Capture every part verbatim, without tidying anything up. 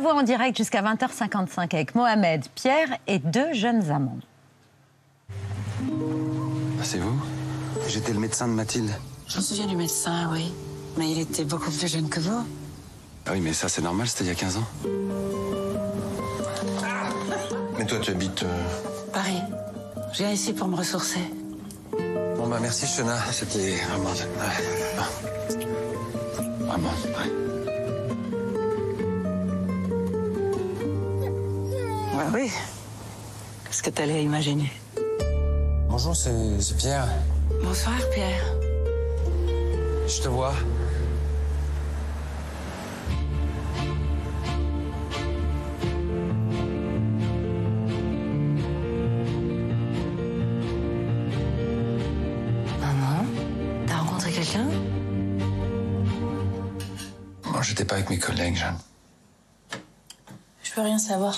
Voix en direct jusqu'à vingt heures cinquante-cinq avec Mohamed, Pierre et deux jeunes amants. C'est vous? J'étais le médecin de Mathilde. Je me souviens du médecin, oui. Mais il était beaucoup plus jeune que vous. Ah oui, mais ça, c'est normal, c'était il y a quinze ans. Mais toi, tu habites... Euh... Paris. Je viens ici pour me ressourcer. Bon, bah, merci, Shona. C'était vraiment... Ouais. Vraiment, ouais. Ouais, oui. Qu'est-ce que t'allais imaginer? Bonjour, c'est Pierre. Bonsoir, Pierre. Je te vois. Maman, t'as rencontré quelqu'un? Moi, j'étais pas avec mes collègues, Jeanne. Je peux rien savoir.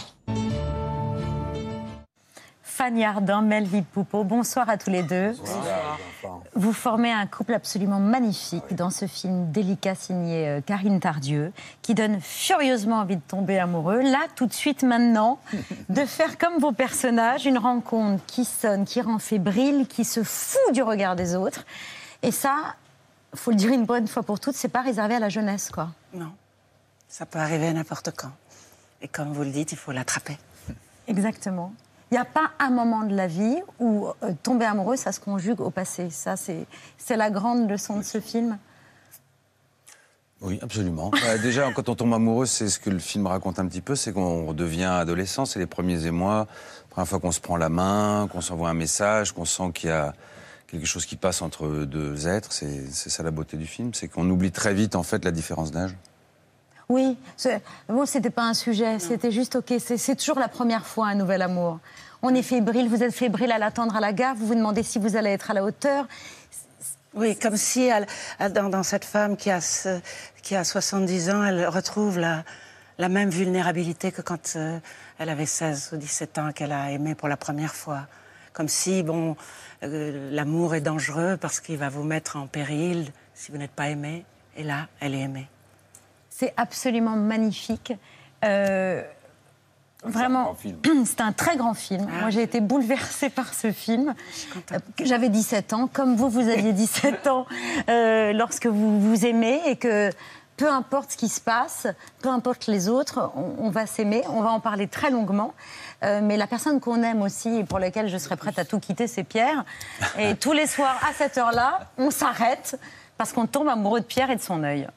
Fanny Ardant, Melville Poupeau, bonsoir à tous les deux. Bonsoir. Vous formez un couple absolument magnifique dans ce film délicat signé euh, Karine Tardieu, qui donne furieusement envie de tomber amoureux. Là, tout de suite, maintenant, de faire comme vos personnages, une rencontre qui sonne, qui rend fébrile, qui se fout du regard des autres. Et ça, faut le dire une bonne fois pour toutes, c'est pas réservé à la jeunesse, quoi. Non, ça peut arriver à n'importe quand. Et comme vous le dites, il faut l'attraper. Exactement. Il n'y a pas un moment de la vie où euh, tomber amoureux, ça se conjugue au passé. Ça, c'est la grande leçon de ce film. Oui, absolument. Euh, déjà, quand on tombe amoureux, c'est ce que le film raconte un petit peu, c'est qu'on redevient adolescent, c'est les premiers émois, la première fois qu'on se prend la main, qu'on s'envoie un message, qu'on sent qu'il y a quelque chose qui passe entre deux êtres. C'est ça la beauté du film, c'est qu'on oublie très vite, en fait, la différence d'âge. Oui, bon, c'était pas un sujet, c'était juste, ok, c'est toujours la première fois un nouvel amour. On est fébrile, vous êtes fébrile à l'attendre à la gare, vous vous demandez si vous allez être à la hauteur. Oui, comme si elle, dans, dans cette femme qui a, ce, qui a soixante-dix ans, elle retrouve la, la même vulnérabilité que quand euh, elle avait seize ou dix-sept ans, qu'elle a aimé pour la première fois. Comme si, bon, euh, l'amour est dangereux parce qu'il va vous mettre en péril si vous n'êtes pas aimé. Et là, elle est aimée. C'est absolument magnifique. Euh, vraiment, c'est un très grand film. Ah, Moi, j'ai été bouleversée par ce film. Euh, J'avais dix-sept ans, comme vous, vous aviez dix-sept ans euh, lorsque vous vous aimez et que peu importe ce qui se passe, peu importe les autres, on, on va s'aimer. On va en parler très longuement. Euh, mais la personne qu'on aime aussi et pour laquelle je serais prête à tout quitter, c'est Pierre. Et tous les soirs, à cette heure-là, on s'arrête parce qu'on tombe amoureux de Pierre et de son œil.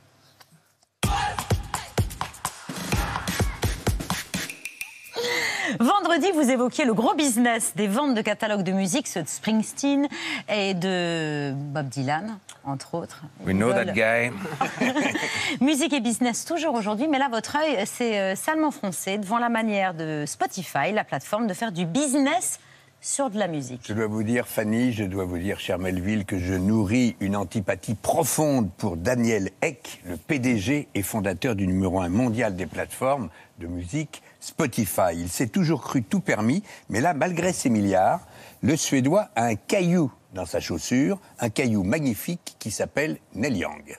Vendredi, vous évoquiez le gros business des ventes de catalogues de musique, ceux de Springsteen et de Bob Dylan, entre autres. We know that guy. Musique et business toujours aujourd'hui, mais là, votre œil s'est salement froncé devant la manière de Spotify, la plateforme, de faire du business sur de la musique. Je dois vous dire, Fanny, je dois vous dire, cher Melville, que je nourris une antipathie profonde pour Daniel Ek, le P D G et fondateur du numéro un mondial des plateformes de musique, Spotify. Il s'est toujours cru tout permis, mais là, malgré ses milliards, le Suédois a un caillou dans sa chaussure, un caillou magnifique qui s'appelle Neil Young.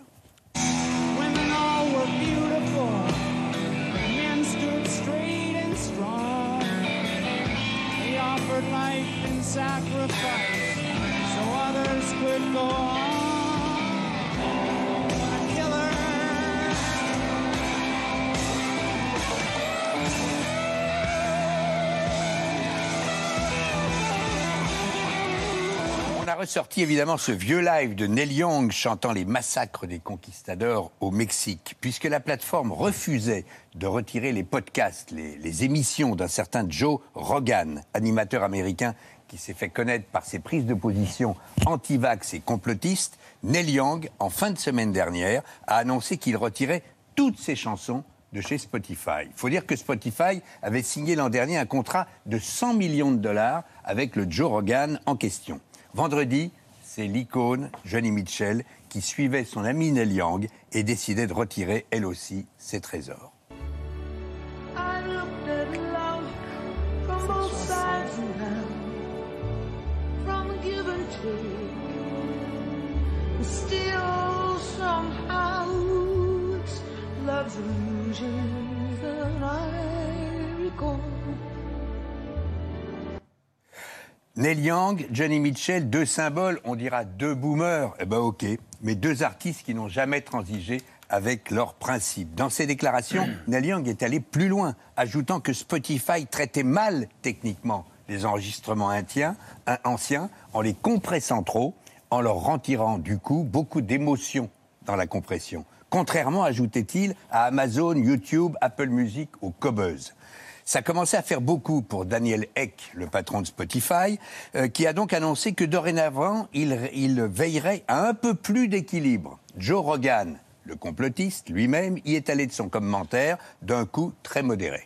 On a ressorti évidemment ce vieux live de Neil Young chantant les massacres des conquistadors au Mexique, puisque la plateforme refusait de retirer les podcasts, les, les émissions d'un certain Joe Rogan, animateur américain qui s'est fait connaître par ses prises de position anti-vax et complotistes. Neil Young, en fin de semaine dernière, a annoncé qu'il retirait toutes ses chansons de chez Spotify. Il faut dire que Spotify avait signé l'an dernier un contrat de cent millions de dollars avec le Joe Rogan en question. Vendredi, c'est l'icône Joni Mitchell qui suivait son ami Neil Young et décidait de retirer, elle aussi, ses trésors. Love's illusion, the Neil Young, Johnny Mitchell, deux symboles, on dira deux boomers, eh ben ok, mais deux artistes qui n'ont jamais transigé avec leurs principes. Dans ses déclarations, Neil Young est allé plus loin, ajoutant que Spotify traitait mal techniquement les enregistrements anciens, anciens en les compressant trop, en leur retirant du coup beaucoup d'émotions dans la compression. Contrairement, ajoutait-il, à Amazon, YouTube, Apple Music ou Cobuzz. Ça commençait à faire beaucoup pour Daniel Ek, le patron de Spotify, euh, qui a donc annoncé que dorénavant, il, il veillerait à un peu plus d'équilibre. Joe Rogan, le complotiste, lui-même, y est allé de son commentaire d'un coup très modéré.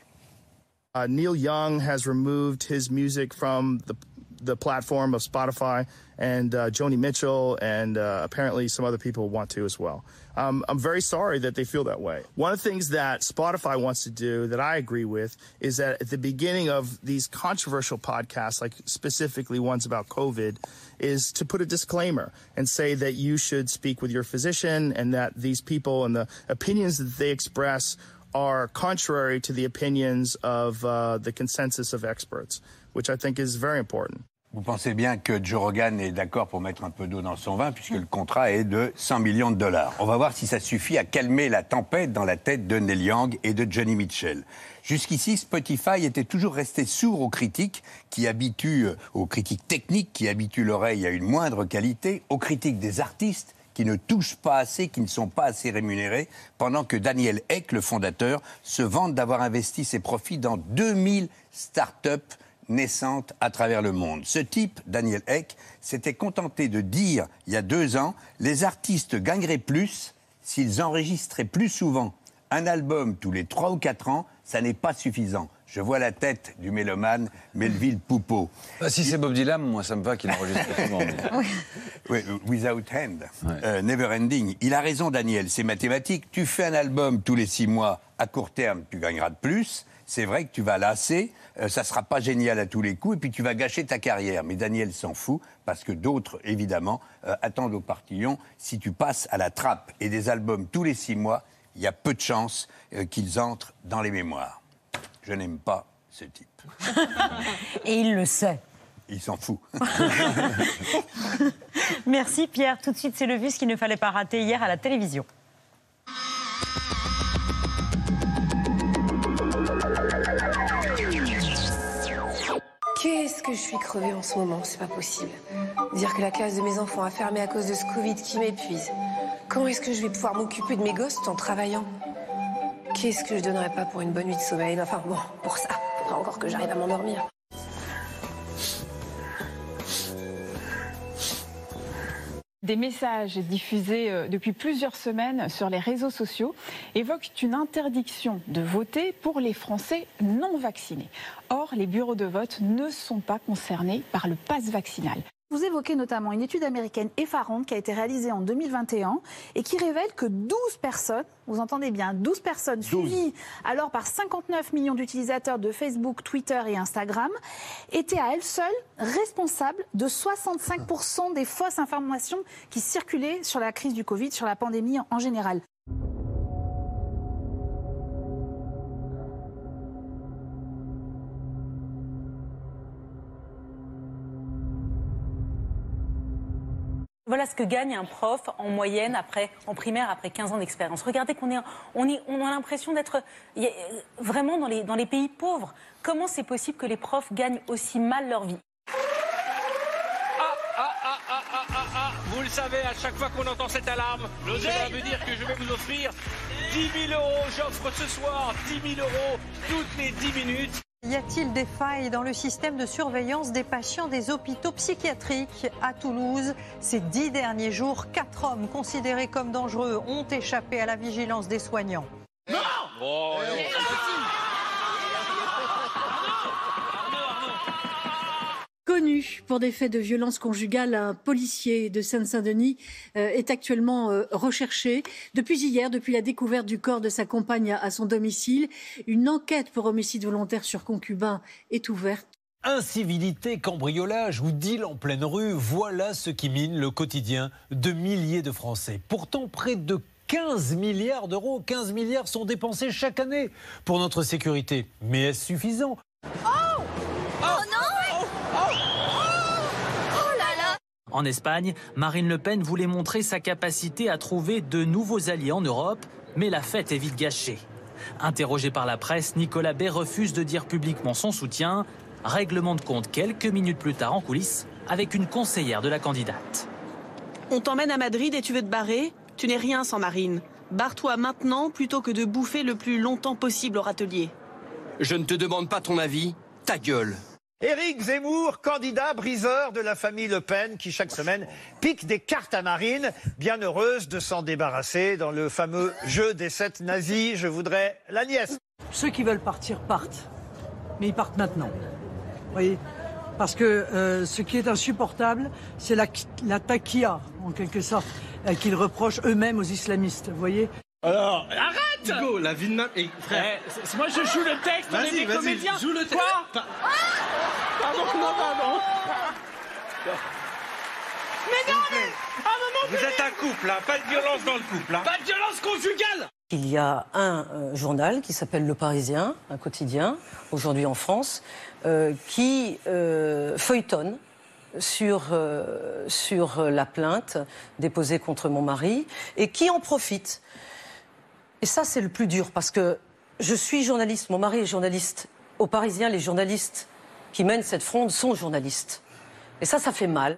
Uh, Neil Young has removed his music from the the platform of Spotify, and uh, Joni Mitchell and uh, apparently some other people want to as well. Um, I'm very sorry that they feel that way. One of the things that Spotify wants to do that I agree with is that at the beginning of these controversial podcasts, like specifically ones about COVID, is to put a disclaimer and say that you should speak with your physician and that these people and the opinions that they express are contrary to the opinions of uh, the consensus of experts, which I think is very important. Vous pensez bien que Joe Rogan est d'accord pour mettre un peu d'eau dans son vin, puisque le contrat est de cent millions de dollars. On va voir si ça suffit à calmer la tempête dans la tête de Neil Young et de Johnny Mitchell. Jusqu'ici, Spotify était toujours resté sourd aux critiques, qui habituent, aux critiques techniques qui habituent l'oreille à une moindre qualité, aux critiques des artistes, qui ne touchent pas assez, qui ne sont pas assez rémunérés, pendant que Daniel Ek, le fondateur, se vante d'avoir investi ses profits dans deux mille start-up naissantes à travers le monde. Ce type, Daniel Ek, s'était contenté de dire, il y a deux ans, les artistes gagneraient plus s'ils enregistraient plus souvent. Un album tous les trois ou quatre ans, ça n'est pas suffisant. Je vois la tête du mélomane Melville Poupeau. Bah, si c'est Bob Dylan, moi ça me va qu'il enregistre souvent. Mais... Oui. Oui, Without End, ouais. euh, Never Ending. Il a raison, Daniel, c'est mathématique. Tu fais un album tous les six mois, à court terme, tu gagneras de plus. C'est vrai que tu vas lasser, euh, ça sera pas génial à tous les coups, et puis tu vas gâcher ta carrière. Mais Daniel s'en fout, parce que d'autres, évidemment, euh, attendent au partillon. Si tu passes à la trappe et des albums tous les six mois, il y a peu de chances euh, qu'ils entrent dans les mémoires. Je n'aime pas ce type. Et il le sait. Il s'en fout. Merci Pierre. Tout de suite, c'est le vu, ce qu'il ne fallait pas rater hier à la télévision. Qu'est-ce que je suis crevée en ce moment, c'est pas possible. Dire que la classe de mes enfants a fermé à cause de ce Covid qui m'épuise. Comment est-ce que je vais pouvoir m'occuper de mes gosses tout en travaillant ? Qu'est-ce que je donnerais pas pour une bonne nuit de sommeil ? Enfin bon, pour ça, faudra encore que j'arrive à m'endormir. Des messages diffusés depuis plusieurs semaines sur les réseaux sociaux évoquent une interdiction de voter pour les Français non vaccinés. Or, les bureaux de vote ne sont pas concernés par le pass vaccinal. Vous évoquez notamment une étude américaine effarante qui a été réalisée en deux mille vingt et un et qui révèle que douze personnes, vous entendez bien, douze personnes douze. Suivies alors par cinquante-neuf millions d'utilisateurs de Facebook, Twitter et Instagram, étaient à elles seules responsables de soixante-cinq pour cent des fausses informations qui circulaient sur la crise du Covid, sur la pandémie en général. Voilà ce que gagne un prof en moyenne après, en primaire après quinze ans d'expérience. Regardez qu'on est, on est, on a l'impression d'être vraiment dans les, dans les pays pauvres. Comment c'est possible que les profs gagnent aussi mal leur vie ? Ah, ah, ah, ah, ah, ah, ah. Vous le savez, à chaque fois qu'on entend cette alarme, cela veut dire que je vais vous offrir dix mille euros. J'offre ce soir dix mille euros toutes les dix minutes. Y a-t-il des failles dans le système de surveillance des patients des hôpitaux psychiatriques à Toulouse ? Ces dix derniers jours, quatre hommes considérés comme dangereux ont échappé à la vigilance des soignants. Non oh, eh, Connu pour des faits de violence conjugale, un policier de Seine-Saint-Denis euh, est actuellement euh, recherché. Depuis hier, depuis la découverte du corps de sa compagne à, à son domicile, une enquête pour homicide volontaire sur concubin est ouverte. Incivilité, cambriolage ou deal en pleine rue, voilà ce qui mine le quotidien de milliers de Français. Pourtant, près de quinze milliards d'euros. quinze milliards sont dépensés chaque année pour notre sécurité. Mais est-ce suffisant ? En Espagne, Marine Le Pen voulait montrer sa capacité à trouver de nouveaux alliés en Europe, mais la fête est vite gâchée. Interrogé par la presse, Nicolas Bay refuse de dire publiquement son soutien. Règlement de compte quelques minutes plus tard en coulisses avec une conseillère de la candidate. On t'emmène à Madrid et tu veux te barrer ? Tu n'es rien sans Marine. Barre-toi maintenant plutôt que de bouffer le plus longtemps possible au râtelier. Je ne te demande pas ton avis, ta gueule. Éric Zemmour, candidat briseur de la famille Le Pen, qui chaque semaine pique des cartes à Marine, bien heureuse de s'en débarrasser dans le fameux jeu des sept nazis. Je voudrais la nièce. Ceux qui veulent partir partent, mais ils partent maintenant. Vous voyez ? Parce que euh, ce qui est insupportable, c'est la, la taquilla, en quelque sorte, euh, qu'ils reprochent eux-mêmes aux islamistes. Vous voyez ? Alors, arrête Hugo, la vie de ma... Et frère, eh, c'est, moi je joue le texte, on est des comédiens. Joue le texte. Quoi pa... Pardon, non, pardon. Mais non, mais... À un moment Vous êtes un couple, hein, pas de violence dans le couple. Hein. Pas de violence conjugale. Il y a un euh, journal qui s'appelle Le Parisien, un quotidien, aujourd'hui en France, euh, qui euh, feuilletonne sur, euh, sur la plainte déposée contre mon mari et qui en profite. Et ça, c'est le plus dur parce que je suis journaliste, mon mari est journaliste. Au Parisien, les journalistes qui mènent cette fronde sont journalistes. Et ça, ça fait mal.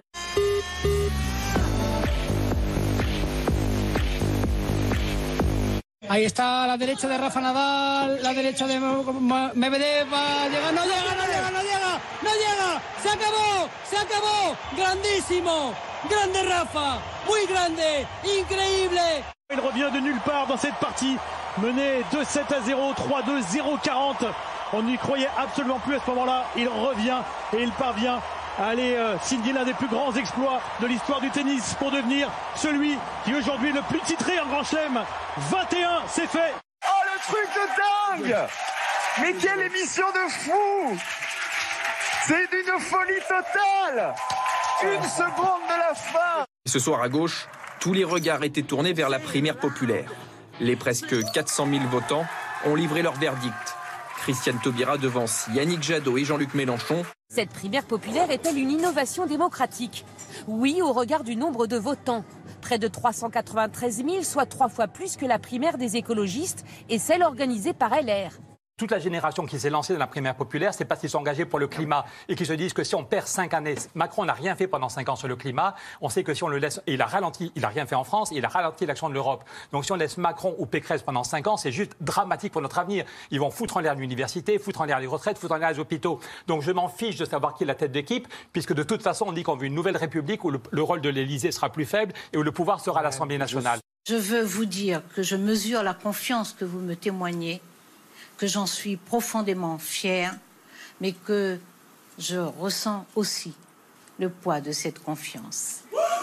Ahí está la derecha de Rafa Nadal, la derecha de Medvedev, va, llega, no llega, no llega, no llega, no llega, se acabó, se acabó, grandísimo, grande Rafa, muy grande, increíble. Il revient de nulle part dans cette partie, mené deux sept à zéro, trois deux, zéro quarante. On n'y croyait absolument plus à ce moment-là. Il revient et il parvient à aller euh, signer l'un des plus grands exploits de l'histoire du tennis pour devenir celui qui aujourd'hui est le plus titré en Grand Chelem. vingt et un, c'est fait. Oh, le truc de dingue! Mais quelle émission de fou! C'est d'une folie totale! Une seconde de la fin! Ce soir à gauche, tous les regards étaient tournés vers la primaire populaire. Les presque quatre cent mille votants ont livré leur verdict. Christiane Taubira devance Yannick Jadot et Jean-Luc Mélenchon. Cette primaire populaire est-elle une innovation démocratique ? Oui, au regard du nombre de votants. Près de trois cent quatre-vingt-treize mille, soit trois fois plus que la primaire des écologistes et celle organisée par L R. Toute la génération qui s'est lancée dans la primaire populaire, c'est parce qu'ils sont engagés pour le climat et qui se disent que si on perd cinq années, Macron n'a rien fait pendant cinq ans sur le climat, on sait que si on le laisse, et il a ralenti, il n'a rien fait en France, il a ralenti l'action de l'Europe. Donc si on laisse Macron ou Pécresse pendant cinq ans, c'est juste dramatique pour notre avenir. Ils vont foutre en l'air l'université, foutre en l'air les retraites, foutre en l'air les hôpitaux. Donc je m'en fiche de savoir qui est la tête d'équipe, puisque de toute façon on dit qu'on veut une nouvelle République où le, le rôle de l'Élysée sera plus faible et où le pouvoir sera à l'Assemblée nationale. Je veux vous dire que je mesure la confiance que vous me témoignez, que j'en suis profondément fière, mais que je ressens aussi le poids de cette confiance.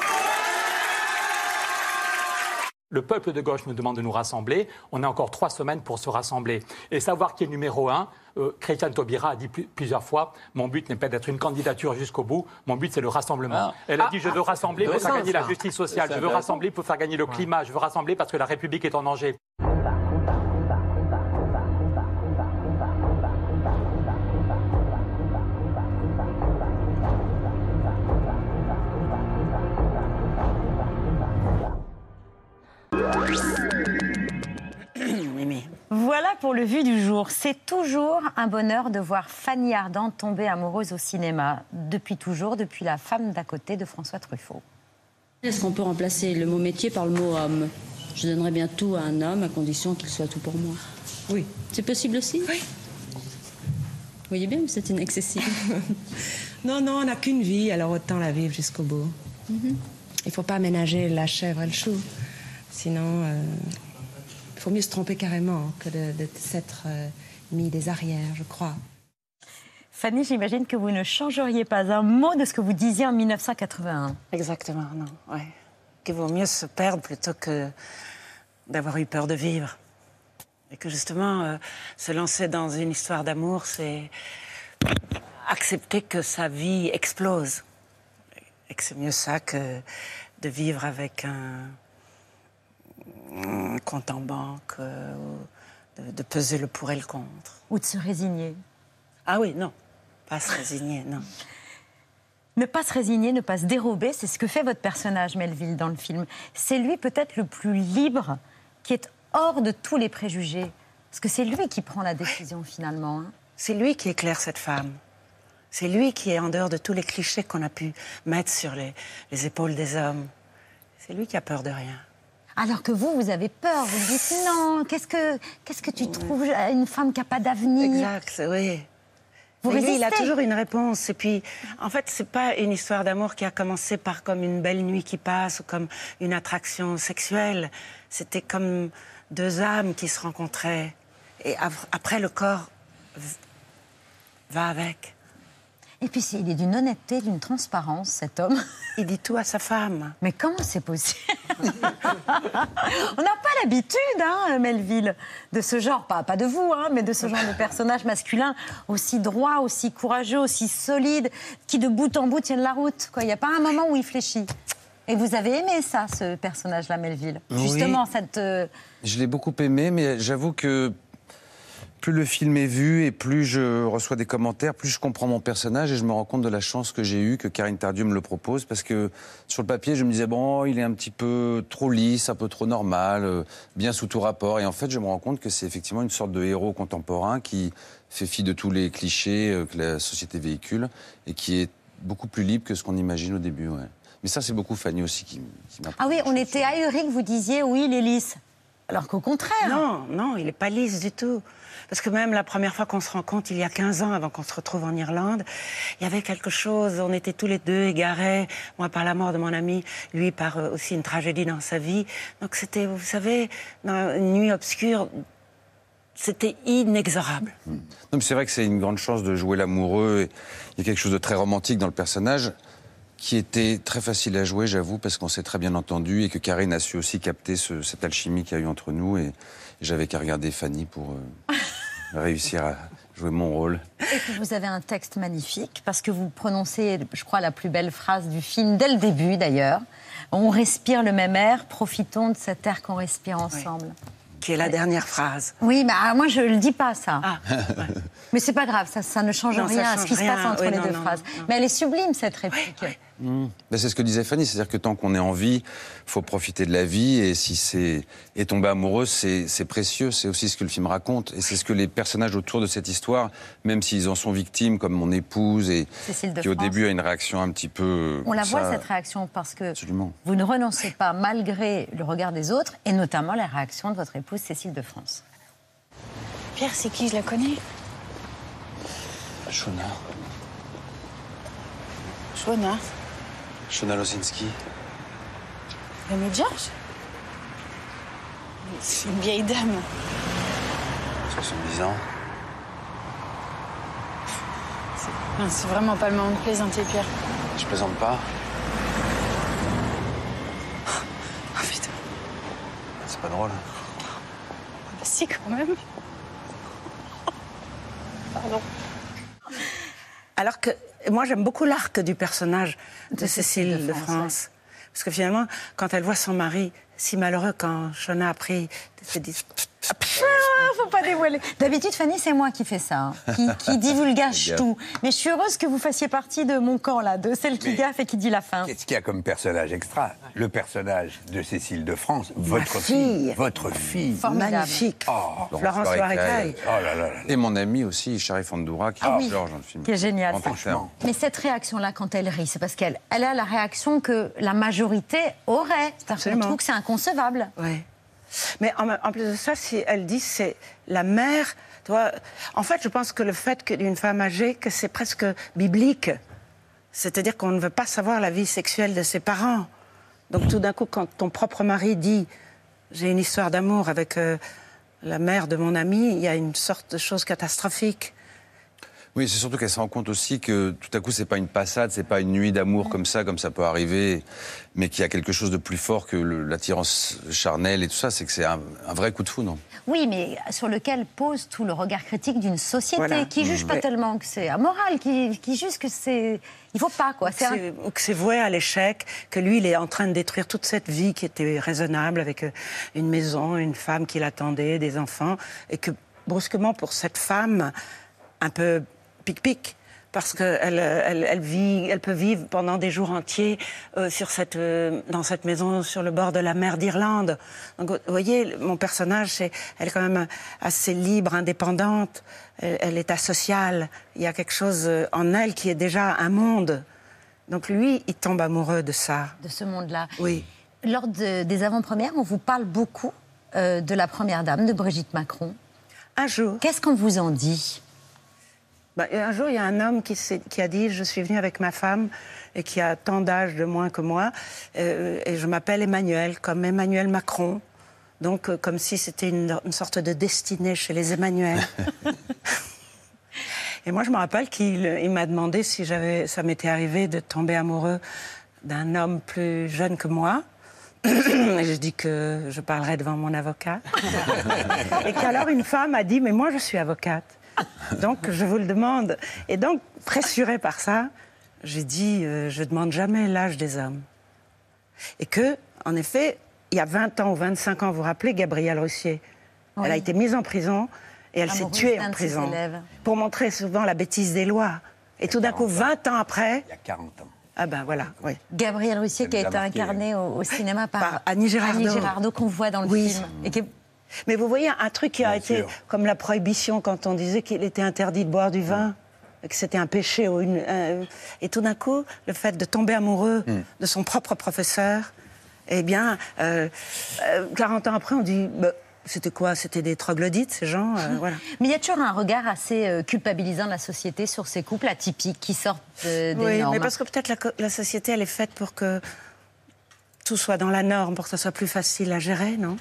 Le peuple de gauche nous demande de nous rassembler. On a encore trois semaines pour se rassembler. Et savoir qui est numéro un, euh, Christiane Taubira a dit plus, plusieurs fois, mon but n'est pas d'être une candidature jusqu'au bout, mon but c'est le rassemblement. Ah. Elle a ah, dit, je veux ah, rassembler pour faire gagner la justice sociale, je veux rassembler pour faire gagner le climat, je veux rassembler parce que la République est en danger. Voilà pour le vu du jour. C'est toujours un bonheur de voir Fanny Ardant tomber amoureuse au cinéma. Depuis toujours, depuis La femme d'à côté de François Truffaut. Est-ce qu'on peut remplacer le mot métier par le mot homme ? Je donnerais bien tout à un homme à condition qu'il soit tout pour moi. Oui. C'est possible aussi ? Oui. Vous voyez bien, c'est inaccessible. Non, non, on n'a qu'une vie, alors autant la vivre jusqu'au bout. Mm-hmm. Il ne faut pas ménager la chèvre et le chou. Sinon, euh, il faut mieux se tromper carrément que de, de s'être euh, mis des arrières, je crois. Fanny, j'imagine que vous ne changeriez pas un mot de ce que vous disiez en mille neuf cent quatre-vingt-un. Exactement, non. Ouais. Qu'il vaut mieux se perdre plutôt que d'avoir eu peur de vivre. Et que justement, euh, se lancer dans une histoire d'amour, c'est accepter que sa vie explose. Et que c'est mieux ça que de vivre avec un... compte en banque, euh, de, de peser le pour et le contre. Ou de se résigner. Ah oui, non. Pas se résigner, non. Ne pas se résigner, ne pas se dérober, c'est ce que fait votre personnage, Melville, dans le film. C'est lui peut-être le plus libre, qui est hors de tous les préjugés. Parce que c'est lui qui prend la décision, finalement. Hein. C'est lui qui éclaire cette femme. C'est lui qui est en dehors de tous les clichés qu'on a pu mettre sur les, les épaules des hommes. C'est lui qui a peur de rien. Alors que vous, vous avez peur. Vous dites non, qu'est-ce que, qu'est-ce que tu trouves à une femme qui n'a pas d'avenir? Exact, oui. Vous lui, il a toujours une réponse. Et puis, en fait, c'est pas une histoire d'amour qui a commencé par comme une belle nuit qui passe ou comme une attraction sexuelle. C'était comme deux âmes qui se rencontraient. Et après, le corps va avec. Et puis, il est d'une honnêteté, d'une transparence, cet homme. Il dit tout à sa femme. Mais comment c'est possible? On n'a pas l'habitude, hein, Melville, de ce genre, pas, pas de vous, hein, mais de ce genre de personnage masculin aussi droit, aussi courageux, aussi solide, qui de bout en bout tiennent la route. Il n'y a pas un moment où il fléchit. Et vous avez aimé ça, ce personnage-là, Melville? Justement, oui. cette... Euh... Je l'ai beaucoup aimé, mais j'avoue que plus le film est vu et plus je reçois des commentaires, plus je comprends mon personnage et je me rends compte de la chance que j'ai eue que Karine Tardieu me le propose, parce que sur le papier, je me disais, bon, il est un petit peu trop lisse, un peu trop normal, euh, bien sous tout rapport. Et en fait, je me rends compte que c'est effectivement une sorte de héros contemporain qui fait fi de tous les clichés euh, que la société véhicule et qui est beaucoup plus libre que ce qu'on imagine au début. Ouais. Mais ça, c'est beaucoup Fanny aussi qui, qui m'a... Ah oui, on était ahuri que vous disiez, oui, il est lisse. Alors qu'au contraire... Non, non, il n'est pas lisse du tout. Parce que même la première fois qu'on se rencontre, il y a quinze ans, avant qu'on se retrouve en Irlande, il y avait quelque chose, on était tous les deux égarés, moi par la mort de mon ami, lui par euh, aussi une tragédie dans sa vie. Donc c'était, vous savez, dans une nuit obscure, c'était inexorable. Non, mais c'est vrai que c'est une grande chance de jouer l'amoureux. Il y a quelque chose de très romantique dans le personnage, qui était très facile à jouer, j'avoue, parce qu'on s'est très bien entendu et que Karine a su aussi capter ce, cette alchimie qu'il y a eu entre nous. Et, et j'avais qu'à regarder Fanny pour euh, réussir à jouer mon rôle. Et puis vous avez un texte magnifique, parce que vous prononcez, je crois, la plus belle phrase du film, dès le début d'ailleurs. On respire le même air, profitons de cet air qu'on respire ensemble. Oui. Qui est la dernière phrase. Oui, mais ah, moi je le dis pas, ça. Ah, ouais. Mais c'est pas grave, ça, ça ne change non, rien change à ce qui rien. se passe entre oui, les non, deux non, phrases. Non, non. Mais elle est sublime, cette réplique. Oui, oui. Mmh. Ben c'est ce que disait Fanny, c'est-à-dire que tant qu'on est en vie, il faut profiter de la vie, et si c'est et tomber amoureux, c'est, c'est précieux, c'est aussi ce que le film raconte, et c'est ce que les personnages autour de cette histoire, même s'ils en sont victimes, comme mon épouse, et qui au début a une réaction un petit peu... On la ça, voit, cette réaction, parce que absolument. Vous ne renoncez pas malgré le regard des autres, et notamment la réaction de votre épouse Cécile de France. Pierre, c'est qui? Je la connais. Shona. Shona. Shona Losinski. Mais Georges? C'est une vieille dame. soixante-dix ans. C'est... Non, c'est vraiment pas le moment de plaisanter, Pierre. Je plaisante pas. Oh putain. C'est pas drôle. Bah si, quand même. Pardon. Alors que moi, j'aime beaucoup l'arc du personnage de, de Cécile de, de France. France. Ouais. Parce que finalement, quand elle voit son mari si malheureux, quand Shona a pris, elle se dit... Ah, faut pas dévoiler. D'habitude, Fanny, c'est moi qui fais ça, hein, qui, qui divulgage tout. Mais je suis heureuse que vous fassiez partie de mon camp, là, de celle qui Mais gaffe et qui dit la fin. Qu'est-ce qu'il y a comme personnage extra? Le personnage de Cécile de France, Ma votre fille. fille. Votre fille. Formidable. Magnifique. Oh, Florence Loirecaille. Oh là là là. Et mon ami aussi, Sharif Andoura, qui ah, est oui. Georges dans le film. Qui est génial. Franchement. Mais cette réaction-là, quand elle rit, c'est parce qu'elle elle a la réaction que la majorité aurait. C'est-à-dire qu'on trouve que c'est inconcevable. Oui. Mais en, en plus de ça, si elle dit c'est la mère, tu vois, en fait, je pense que le fait que d'une femme âgée, que c'est presque biblique. C'est-à-dire qu'on ne veut pas savoir la vie sexuelle de ses parents. Donc tout d'un coup, quand ton propre mari dit j'ai une histoire d'amour avec euh, la mère de mon ami, il y a une sorte de chose catastrophique. Oui, c'est surtout qu'elle se rend compte aussi que tout à coup, c'est pas une passade, c'est pas une nuit d'amour comme ça, comme ça peut arriver, mais qu'il y a quelque chose de plus fort que le- l'attirance charnelle et tout ça, c'est que c'est un, un vrai coup de foudre. Oui, mais sur lequel pose tout le regard critique d'une société Voilà. qui juge Mmh. pas Oui. tellement que c'est amoral, qui, qui juge que c'est... Il faut pas, quoi. C'est un- C'est- ou que c'est voué à l'échec, que lui, il est en train de détruire toute cette vie qui était raisonnable, avec euh, une maison, une femme qui l'attendait, des enfants, et que brusquement, pour cette femme, un peu pic-pic, parce qu'elle elle, elle vit, elle peut vivre pendant des jours entiers euh, sur cette, euh, dans cette maison sur le bord de la mer d'Irlande. Donc, vous voyez, mon personnage, c'est, elle est quand même assez libre, indépendante, elle, elle est asociale. Il y a quelque chose en elle qui est déjà un monde. Donc lui, il tombe amoureux de ça. De ce monde-là. Oui. Lors de- des avant-premières, on vous parle beaucoup euh, de la première dame, de Brigitte Macron. Un jour. Qu'est-ce qu'on vous en dit? Bah, un jour, il y a un homme qui, s'est- qui a dit « Je suis venu avec ma femme et qui a tant d'âge de moins que moi euh, et je m'appelle Emmanuel, comme Emmanuel Macron. » Donc, euh, comme si c'était une, une sorte de destinée chez les Emmanuel. Et moi, je me rappelle qu'il il m'a demandé si j'avais, ça m'était arrivé de tomber amoureux d'un homme plus jeune que moi. Et je dis que je parlerai devant mon avocat. Et qu'alors une femme a dit « Mais moi, je suis avocate. » Donc, je vous le demande. Et donc, pressurée par ça, j'ai dit euh, je ne demande jamais l'âge des hommes. Et que, en effet, il y a vingt ans ou vingt-cinq ans, vous vous rappelez, Gabrielle Russier, Oui. elle a été mise en prison et elle s'est Amoureuse tuée d'un en de ses prison. élèves. Pour montrer souvent la bêtise des lois. Et tout d'un coup, vingt ans après... Il y a quarante ans. Ah ben voilà, oui. Gabrielle Russier, Ça qui a nous a été marqué, incarnée au, au cinéma par, Par Annie Girardot. Annie Girardot, qu'on voit dans le Oui. film. Et qui est- Mais vous voyez, un truc qui a Bien été sûr. comme la prohibition quand on disait qu'il était interdit de boire du vin, et que c'était un péché. Ou une, euh, et tout d'un coup, le fait de tomber amoureux de son propre professeur, eh bien, euh, euh, quarante ans après, on dit, bah, c'était quoi? C'était des troglodytes, ces gens euh, voilà. Mais il y a toujours un regard assez euh, culpabilisant de la société sur ces couples atypiques qui sortent de- des Oui, normes. mais parce que peut-être la, co- la société, elle est faite pour que tout soit dans la norme, pour que ça soit plus facile à gérer, non?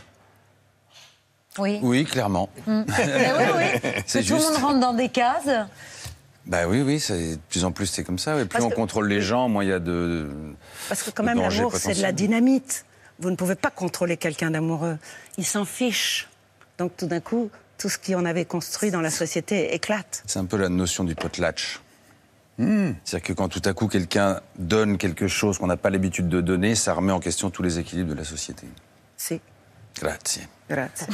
Oui. Oui, clairement. Mm. Mais oui, oui. C'est Que tout le juste. monde rentre dans des cases. Bah oui, oui, c'est- de plus en plus c'est comme ça. Et plus Parce on que- contrôle les gens, moins il y a de. Parce que quand de même, danger l'amour, c'est de la potentiel. dynamite. Vous ne pouvez pas contrôler quelqu'un d'amoureux. Il s'en fiche. Donc tout d'un coup, tout ce qu'on avait construit dans la société éclate. C'est un peu la notion du potlatch. C'est-à-dire que quand tout à coup quelqu'un donne quelque chose qu'on n'a pas l'habitude de donner, ça remet en question tous les équilibres de la société. Si. Grazie. Grazie.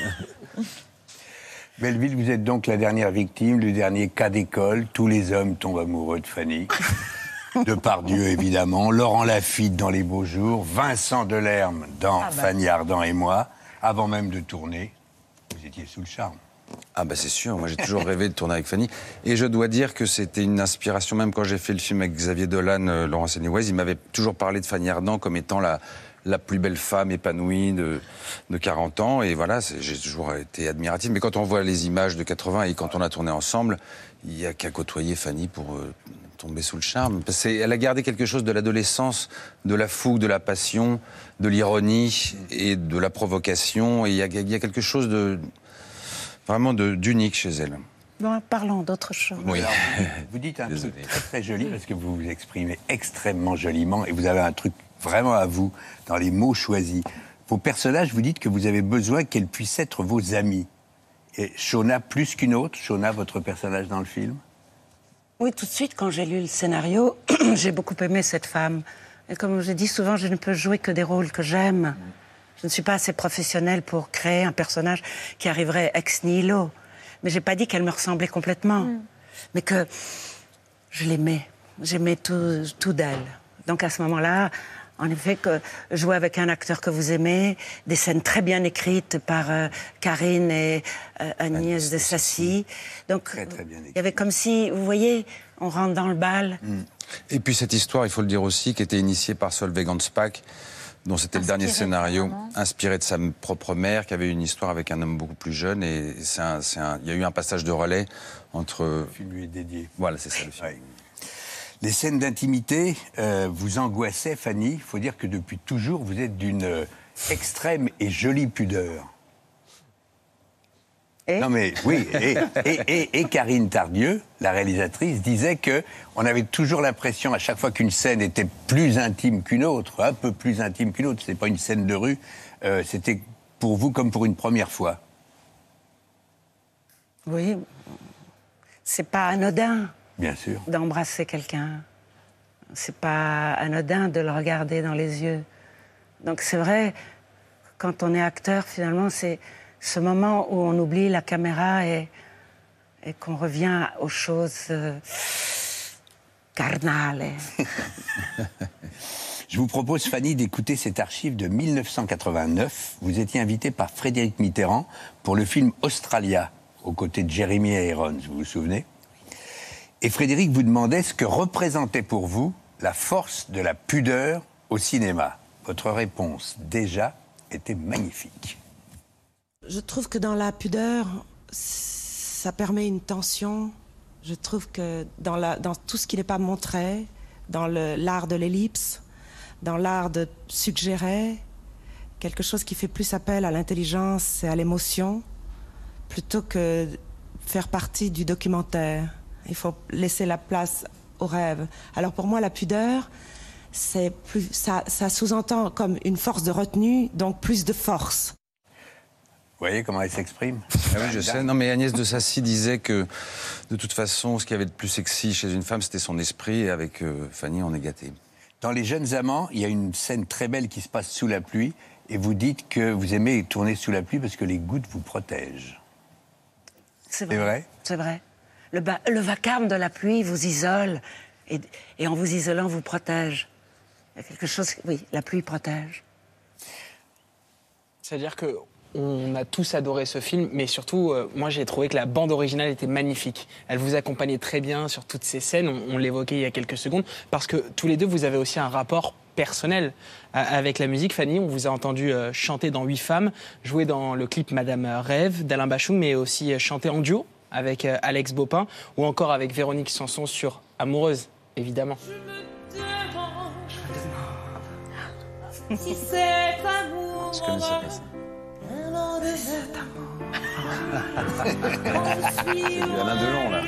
Belleville, vous êtes donc la dernière victime, le dernier cas d'école. Tous les hommes tombent amoureux de Fanny. Depardieu, évidemment. Laurent Lafitte dans Les Beaux Jours. Vincent Delerme dans Ah bah. Fanny Ardant et moi. Avant même de tourner, vous étiez sous le charme. Ah bah c'est sûr, moi j'ai toujours rêvé de tourner avec Fanny. Et je dois dire que c'était une inspiration, même quand j'ai fait le film avec Xavier Dolan, euh, Laurence Anyways, il m'avait toujours parlé de Fanny Ardant comme étant la, la plus belle femme épanouie de, de quarante ans. Et voilà, c'est- j'ai toujours été admiratif. Mais quand on voit les images de quatre-vingts et quand on a tourné ensemble, il n'y a qu'à côtoyer Fanny pour euh, tomber sous le charme. Parce que elle a gardé quelque chose de l'adolescence, de la fougue, de la passion, de l'ironie et de la provocation. Et il y a, il y a quelque chose de vraiment de- d'unique chez elle. Bon, parlons d'autre chose. Oui. Alors, vous, vous dites un truc très, très joli parce que vous vous exprimez extrêmement joliment et vous avez un truc vraiment à vous dans les mots choisis. Vos personnages, vous dites que vous avez besoin qu'elles puissent être vos amies. Et Shona plus qu'une autre, Shona, votre personnage dans le film? Oui, tout de suite, quand j'ai lu le scénario, j'ai beaucoup aimé cette femme. Et comme je dis souvent, je ne peux jouer que des rôles que j'aime. Je ne suis pas assez professionnelle pour créer un personnage qui arriverait ex nihilo. Mais j'ai pas dit qu'elle me ressemblait complètement. Mais que je l'aimais. J'aimais tout, tout d'elle. Donc à ce moment-là, en effet, que jouer avec un acteur que vous aimez, des scènes très bien écrites par euh, Karine et euh, Agnès de Sassy. Donc Très, très bien il y avait comme si, vous voyez, on rentre dans le bal. Et puis cette histoire, il faut le dire aussi, qui était initiée par Solveig Hansbach, dont c'était le dernier scénario, inspiré de sa propre mère, qui avait une histoire avec un homme beaucoup plus jeune. Et c'est un, c'est un, il y a eu un passage de relais entre... Le film lui est dédié. Voilà, c'est ça le film. Ouais. Les scènes d'intimité euh, vous angoissaient, Fanny. Il faut dire que depuis toujours, vous êtes d'une euh, extrême et jolie pudeur. Et non mais oui, et, et, et, et Karine Tardieu, la réalisatrice, disait que on avait toujours l'impression à chaque fois qu'une scène était plus intime qu'une autre, un peu plus intime qu'une autre, c'était pas une scène de rue, euh, c'était pour vous comme pour une première fois. Oui, c'est pas anodin. Bien sûr. D'embrasser quelqu'un. C'est pas anodin de le regarder dans les yeux. Donc c'est vrai, quand on est acteur, finalement, c'est ce moment où on oublie la caméra et, et qu'on revient aux choses euh, carnales. Je vous propose, Fanny, d'écouter cette archive de mille neuf cent quatre-vingt-neuf. Vous étiez invitée par Frédéric Mitterrand pour le film Australia, aux côtés de Jeremy Irons, vous vous souvenez? Et Frédéric vous demandait ce que représentait pour vous la force de la pudeur au cinéma. Votre réponse, déjà, était magnifique. Je trouve que dans la pudeur, ça permet une tension. Je trouve que dans, la, dans tout ce qui n'est pas montré, dans le, l'art de l'ellipse, dans l'art de suggérer, quelque chose qui fait plus appel à l'intelligence et à l'émotion, plutôt que faire partie du documentaire. Il faut laisser la place au rêve. Alors pour moi, la pudeur, c'est plus, ça, ça sous-entend comme une force de retenue, donc plus de force. Vous voyez comment elle s'exprime? Ah oui, je sais. Non, mais Agnès de Sassy disait que, de toute façon, ce qu'il y avait de plus sexy chez une femme, c'était son esprit, et avec euh, Fanny, on est gâtés. Dans Les Jeunes Amants, il y a une scène très belle qui se passe sous la pluie, et vous dites que vous aimez tourner sous la pluie parce que les gouttes vous protègent. C'est vrai. C'est vrai? C'est vrai. Le, ba- le vacarme de la pluie vous isole, et, et en vous isolant, vous protège. Il y a quelque chose... Oui, la pluie protège. C'est-à-dire que on a tous adoré ce film, mais surtout, euh, moi, j'ai trouvé que la bande originale était magnifique. Elle vous accompagnait très bien sur toutes ces scènes, on, on l'évoquait il y a quelques secondes, parce que tous les deux, vous avez aussi un rapport personnel euh, avec la musique. Fanny, on vous a entendu euh, chanter dans Huit femmes, jouer dans le clip Madame Rêve d'Alain Bachung, mais aussi euh, chanter en duo avec euh, Alex Bopin, ou encore avec Véronique Sanson sur Amoureuse, évidemment. Si cet amour Je connaissais pas ça. cet C'est du Alain Delon, là.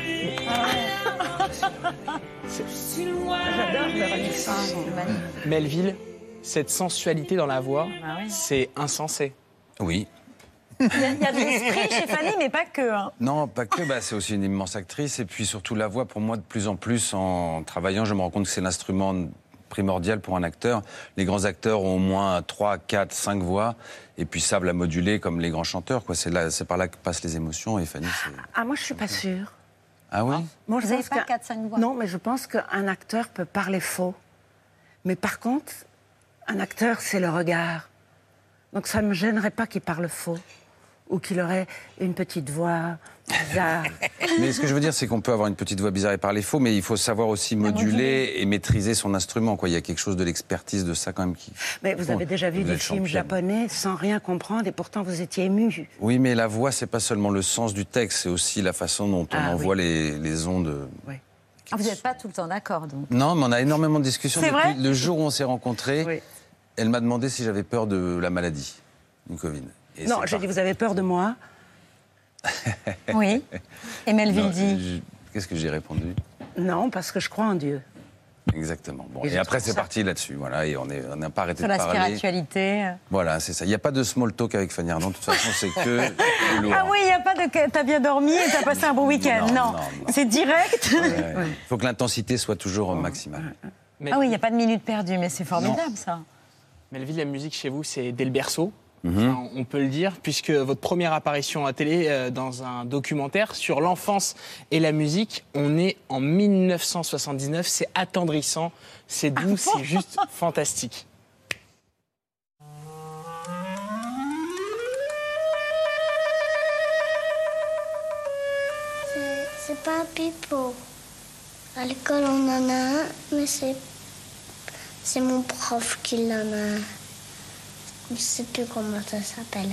J'adore Véronique Sanson. Melville, cette sensualité dans la voix, Ah oui. c'est insensé. Oui. Il y a, il y a de l'esprit chez Fanny, mais pas que. Hein. Non, pas que, bah, c'est aussi une immense actrice. Et puis surtout la voix, pour moi, de plus en plus, en travaillant, je me rends compte que c'est l'instrument primordial pour un acteur. Les grands acteurs ont au moins trois, quatre, cinq voix, et puis savent la moduler comme les grands chanteurs, quoi. C'est, là, c'est par là que passent les émotions, et Fanny, c'est... Ah, moi, je suis pas sûre. Ah oui? Moi, je Vous n'avez pense pas que- quatre, cinq voix? Non, mais je pense qu'un acteur peut parler faux. Mais par contre, un acteur, c'est le regard. Donc ça ne me gênerait pas qu'il parle faux. Ou qu'il aurait une petite voix bizarre. Mais ce que je veux dire, c'est qu'on peut avoir une petite voix bizarre et parler faux, mais il faut savoir aussi moduler, moduler. et maîtriser son instrument, quoi. Il y a quelque chose de l'expertise de ça, quand même, qui... Mais vous avez déjà vu Vous des êtes films championne. japonais sans rien comprendre et pourtant vous étiez ému. Oui, mais la voix, c'est pas seulement le sens du texte, c'est aussi la façon dont on Ah, envoie oui. les, les ondes. Ah, vous n'êtes pas tout le temps d'accord, donc. Non, mais on a énormément de discussions C'est depuis vrai le jour où on s'est rencontrés. Elle m'a demandé si j'avais peur de la maladie, du Covid. Et Non, c'est j'ai pas- dit vous avez peur de moi. Oui. Et Melville Non, dit. je- Qu'est-ce que j'ai répondu? Non, parce que je crois en Dieu. Exactement. Bon, Et et, je après, trouve c'est ça- parti là-dessus. Voilà, et on est- on n'a pas arrêté Sur de la parler. spiritualité. Voilà, c'est ça. Il n'y a pas de small talk avec Fanny Ardant. De toute façon, c'est que du lourd. Ah oui, il n'y a pas de. T'as bien dormi et t'as passé un bon week-end. Non, Non, non, c'est direct. Il faut que l'intensité soit toujours maximale. Ah oui, il n'y a pas de minute perdue, mais c'est formidable, ça. Melville, la musique chez vous, c'est dès le berceau. Mhm. Enfin, on peut le dire, puisque votre première apparition à télé euh, dans un documentaire sur l'enfance et la musique, on est en mille neuf cent soixante-dix-neuf, c'est attendrissant, c'est doux, c'est juste fantastique. C'est- C'est pas un pipeau. À l'école, on en a un, mais c'est c'est mon prof qui en a un. Je sais plus comment ça s'appelle.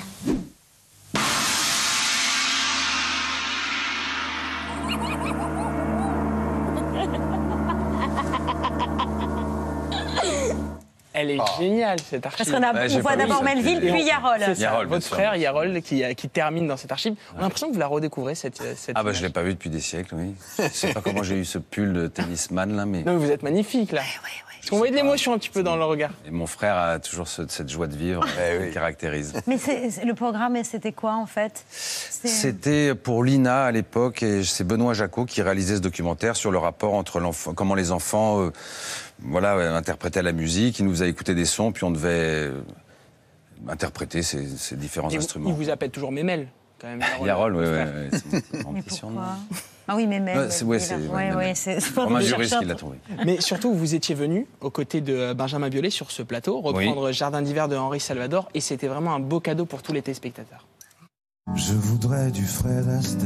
Elle est Oh. géniale, cette archive. Parce qu'on a- Ouais, on voit d'abord Melville, puis Yarol. C'est ça, Yarol, bien votre sûr. frère Yarol qui, qui termine dans cette archive. On a l'impression que vous la redécouvrez, cette, cette Ah bah image. je l'ai pas vu depuis des siècles, oui. Je sais pas comment j'ai eu ce pull de tennisman là, mais... Non, mais vous êtes magnifique, là. Parce qu'on voyait de l'émotion un petit peu dans le regard. Et mon frère a toujours ce- cette joie de vivre qui le caractérise. Mais c'est- c'est- le programme, c'était quoi en fait C'est- C'était pour l'I N A à l'époque, et c'est Benoît Jacot qui réalisait ce documentaire sur le rapport entre l'enfant, comment les enfants euh, voilà, euh, interprétaient la musique. Il nous faisait écouter des sons, puis on devait euh, interpréter ces, ces différents Et vous- instruments. il vous appelle toujours Mémel, quand même. Yarol, oui, votre ouais, frère. ouais, c'est mon- mon Mais petit surnom. pourquoi Ah oui, mais même. Ouais, c'est- ouais, c'est- ouais, ouais, ouais, même. c'est- c'est Romain je Juris cherche qui un l'a truc. trouvé. Mais surtout, vous étiez venu aux côtés de Benjamin Biolay sur ce plateau, reprendre Jardin d'hiver de Henri Salvador, et c'était vraiment un beau cadeau pour tous les téléspectateurs. Je voudrais du Fred Astaire,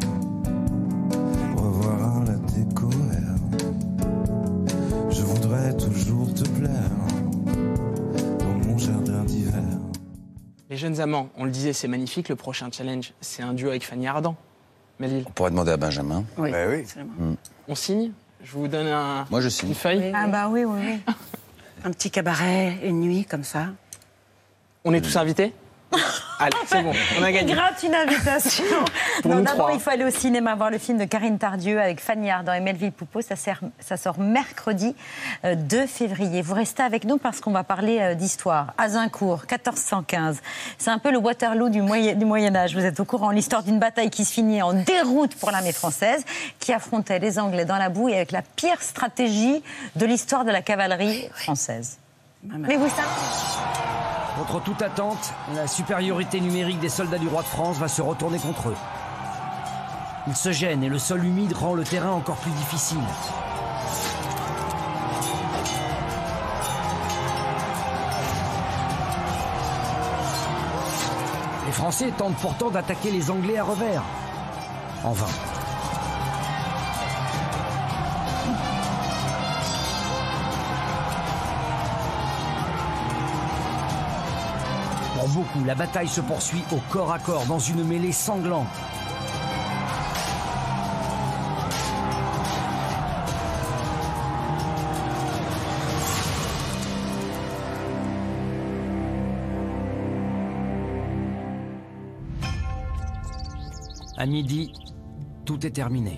revoir la découverte. Je voudrais toujours te plaire dans mon jardin d'hiver. Les jeunes amants, on le disait, c'est magnifique. Le prochain challenge, c'est un duo avec Fanny Ardant. Melville. On pourrait demander à Benjamin. Oui, Bah oui. Mm. On signe. Je vous donne un, Moi je signe. une feuille. Ah bah oui, oui, oui. Un petit cabaret, une nuit, comme ça. On est tous invités. Allez, c'est bon, on a Il gagné. gratte une invitation. Pour Non, nous d'abord, trois. il faut aller au cinéma voir le film de Karine Tardieu avec Fanny Ardant et Melville Poupeau. Ça, sert- ça sort mercredi euh, deux février. Vous restez avec nous parce qu'on va parler euh, d'histoire. Azincourt, quatorze cent quinze. C'est un peu le Waterloo du, moyen, du Moyen-Âge. Vous êtes au courant, l'histoire d'une bataille qui se finit en déroute pour l'armée française qui affrontait les Anglais dans la boue et avec la pire stratégie de l'histoire de la cavalerie française. Mais vous savez... Contre toute attente, la supériorité numérique des soldats du roi de France va se retourner contre eux. Ils se gênent et le sol humide rend le terrain encore plus difficile. Les Français tentent pourtant d'attaquer les Anglais à revers. En vain. Pour beaucoup, la bataille se poursuit au corps à corps dans une mêlée sanglante. À midi, tout est terminé.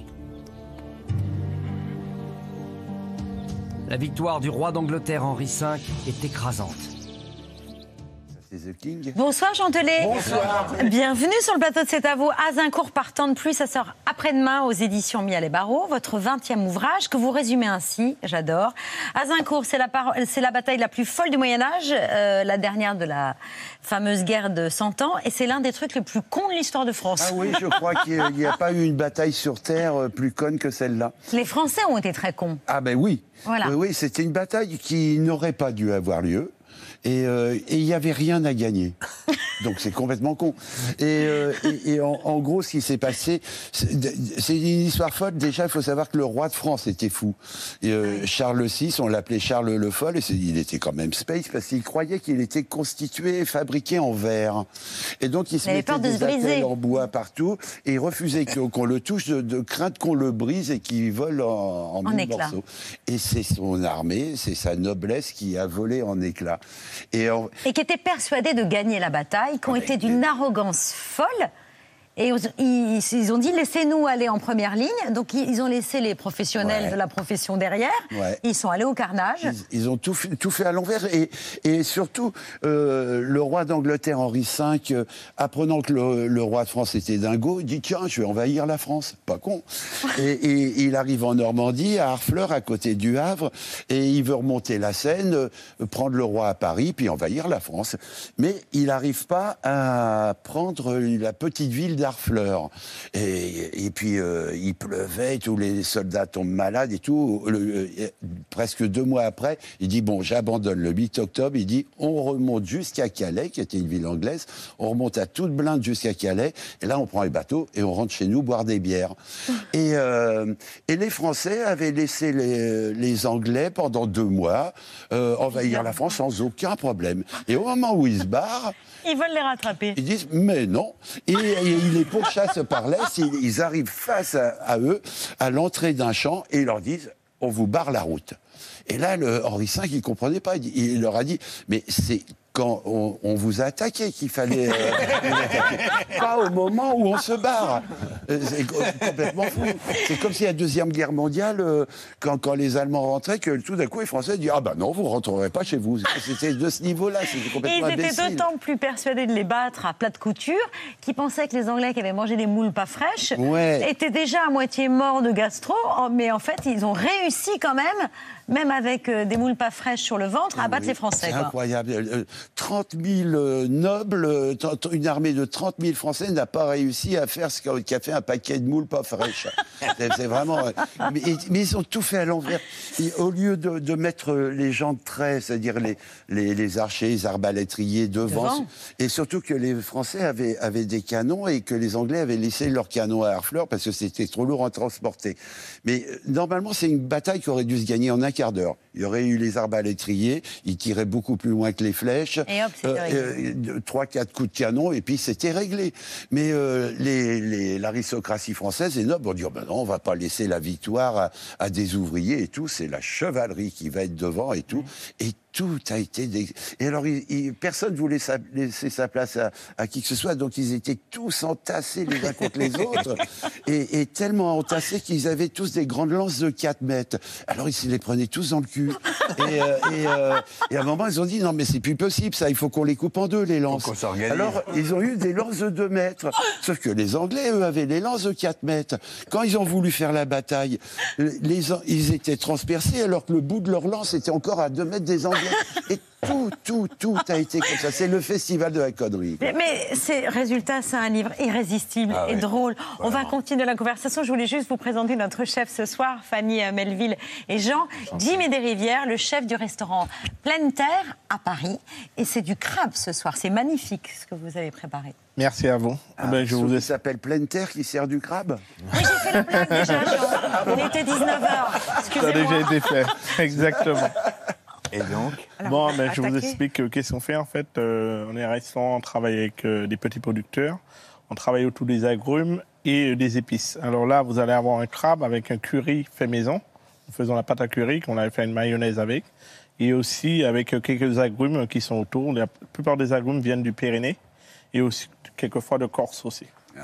La victoire du roi d'Angleterre Henri cinq est écrasante. C'est The King. Bonsoir Jean Telet. Bonsoir. Bienvenue sur le plateau de C'est à vous. Azincourt partant de pluie, ça sort après-demain aux éditions Miel et Barreau. Votre vingtième ouvrage que vous résumez ainsi, j'adore. Azincourt, c'est la, par... c'est la bataille la plus folle du Moyen-Âge, euh, la dernière de la fameuse guerre de Cent Ans, et c'est l'un des trucs les plus cons de l'histoire de France. Ah oui, je crois qu'il n'y a pas eu une bataille sur Terre euh, plus conne que celle-là. Les Français ont été très cons. Ah ben oui. Voilà. Oui, oui, c'était une bataille qui n'aurait pas dû avoir lieu. Et euh, et il n'y avait rien à gagner. Donc c'est complètement con. Et, euh, et, et en, en gros, ce qui s'est passé, c'est c'est une histoire folle. Déjà, il faut savoir que le roi de France était fou. Et, euh, Charles six, on l'appelait Charles le Folle, et c'est- il était quand même space, parce qu'il croyait qu'il était constitué et fabriqué en verre. Et donc il se Il avait mettait peur de des se briser. attelles en bois partout, et il refusait qu'on qu'on le touche de, de crainte qu'on le brise et qu'il vole en, en, En mille éclats. morceaux. Et c'est son armée, c'est sa noblesse qui a volé en éclats. Et en- Et qui étaient persuadés de gagner la bataille, qui ont été d'une arrogance folle. Et ils, ils ont dit laissez-nous aller en première ligne. Donc ils ont laissé les professionnels Ouais. de la profession derrière. Ouais. Ils sont allés au carnage. Ils, ils ont tout fait, tout fait à l'envers. Et, et surtout, euh, le roi d'Angleterre, Henri cinq, euh, apprenant que le, le roi de France était dingo, il dit tiens, je vais envahir la France. Pas con. et, et il arrive en Normandie, à Harfleur, à côté du Havre, et il veut remonter la Seine, euh, prendre le roi à Paris, puis envahir la France. Mais il n'arrive pas à prendre la petite ville d'Harfleur. Et, et puis, euh, il pleuvait, tous les soldats tombent malades et tout. Le- euh, presque deux mois après, il dit, bon, j'abandonne le huit octobre. Il dit, on remonte jusqu'à Calais, qui était une ville anglaise. On remonte à toute blinde jusqu'à Calais. Et là, on prend les bateaux et on rentre chez nous boire des bières. Et, euh, et les Français avaient laissé les, les Anglais pendant deux mois euh, envahir la France sans aucun problème. Et au moment où ils se barrent, Ils veulent les rattraper. ils disent mais non. Et, et ils les pourchassent par l'Est. Ils, ils arrivent face à, à eux, à l'entrée d'un champ, et ils leur disent on vous barre la route. Et là, le Henri cinq, il ne comprenait pas. Il, il leur a dit, mais c'est quand on, on vous a attaqué qu'il fallait... Euh, vous attaquer. Pas au moment où on se barre. Euh, c'est complètement fou. C'est comme si la Deuxième Guerre mondiale, euh, quand, quand les Allemands rentraient, que tout d'un coup, les Français disaient « Ah ben non, vous ne rentrerez pas chez vous ». C'était de ce niveau-là, c'était complètement Et ils étaient imbécile. d'autant plus persuadés de les battre à plat de couture qu'ils pensaient que les Anglais qui avaient mangé des moules pas fraîches Ouais. étaient déjà à moitié morts de gastro, mais en fait, ils ont réussi quand même, même avec euh, des moules pas fraîches sur le ventre, à battre Oui, les Français. C'est quoi. incroyable. Euh, trente mille euh, nobles, euh, t- une armée de trente mille Français n'a pas réussi à faire ce qu'a qu'a fait un paquet de moules pas fraîches. c'est, c'est vraiment. euh, mais, et- mais ils ont tout fait à l'envers. Et au lieu de, de mettre les gens de trait, c'est-à-dire les, les, les archers, les arbalétriers devant, Devant. et surtout que les Français avaient, avaient des canons et que les Anglais avaient laissé leurs canons à Harfleur parce que c'était trop lourd à transporter. Mais euh, normalement, c'est une bataille qui aurait dû se gagner en un quart d'heure. Il y aurait eu les arbalétriers, ils tiraient beaucoup plus loin que les flèches. Et hop, c'était réglé. Trois, quatre coups de canon, et puis c'était réglé. Mais euh, les, les, l'aristocratie française et noble ont dit oh ben non, on va pas laisser la victoire à, à des ouvriers et tout. C'est la chevalerie qui va être devant et tout. Et tout a été... Dé... Et alors, il, il, personne ne voulait sa, laisser sa place à, à qui que ce soit, donc ils étaient tous entassés les uns contre les autres, et, et tellement entassés qu'ils avaient tous des grandes lances de quatre mètres. Alors, ils se les prenaient tous dans le cul. Et, euh, et, euh, et à un moment, ils ont dit, non, mais c'est plus possible, ça, il faut qu'on les coupe en deux, les lances. Faut qu'on s'organise. Alors, ils ont eu des lances de deux mètres. Sauf que les Anglais, eux, avaient les lances de quatre mètres. Quand ils ont voulu faire la bataille, les, ils étaient transpercés, alors que le bout de leur lance était encore à deux mètres des Anglais. Et tout, tout, tout a été comme ça. C'est le festival de la connerie. Mais, mais c'est, résultat, c'est un livre irrésistible Ah et ouais. drôle. On va Vraiment. continuer la conversation. Je voulais juste vous présenter notre chef ce soir, Fanny euh, Melville et Jean. Jim Desrivières, le chef du restaurant Pleine Terre à Paris. Et c'est du crabe ce soir. C'est magnifique ce que vous avez préparé. Merci à vous. Ah, Ben, je vous ai... Ça s'appelle Pleine Terre qui sert du crabe. Oui, j'ai fait la blague déjà, Jean. Il était dix-neuf heures. Ça a Excusez-moi. déjà été fait, exactement. Et donc Bon, ben, je vous attaquer. explique euh, qu'est-ce qu'on fait en fait. Euh, on est un restaurant, on travaille avec euh, des petits producteurs. On travaille autour des agrumes et euh, des épices. Alors là, vous allez avoir un crabe avec un curry fait maison. Nous faisons la pâte à curry qu'on avait fait une mayonnaise avec. Et aussi avec euh, quelques agrumes qui sont autour. La plupart des agrumes viennent du Pyrénées et aussi quelquefois de Corse aussi.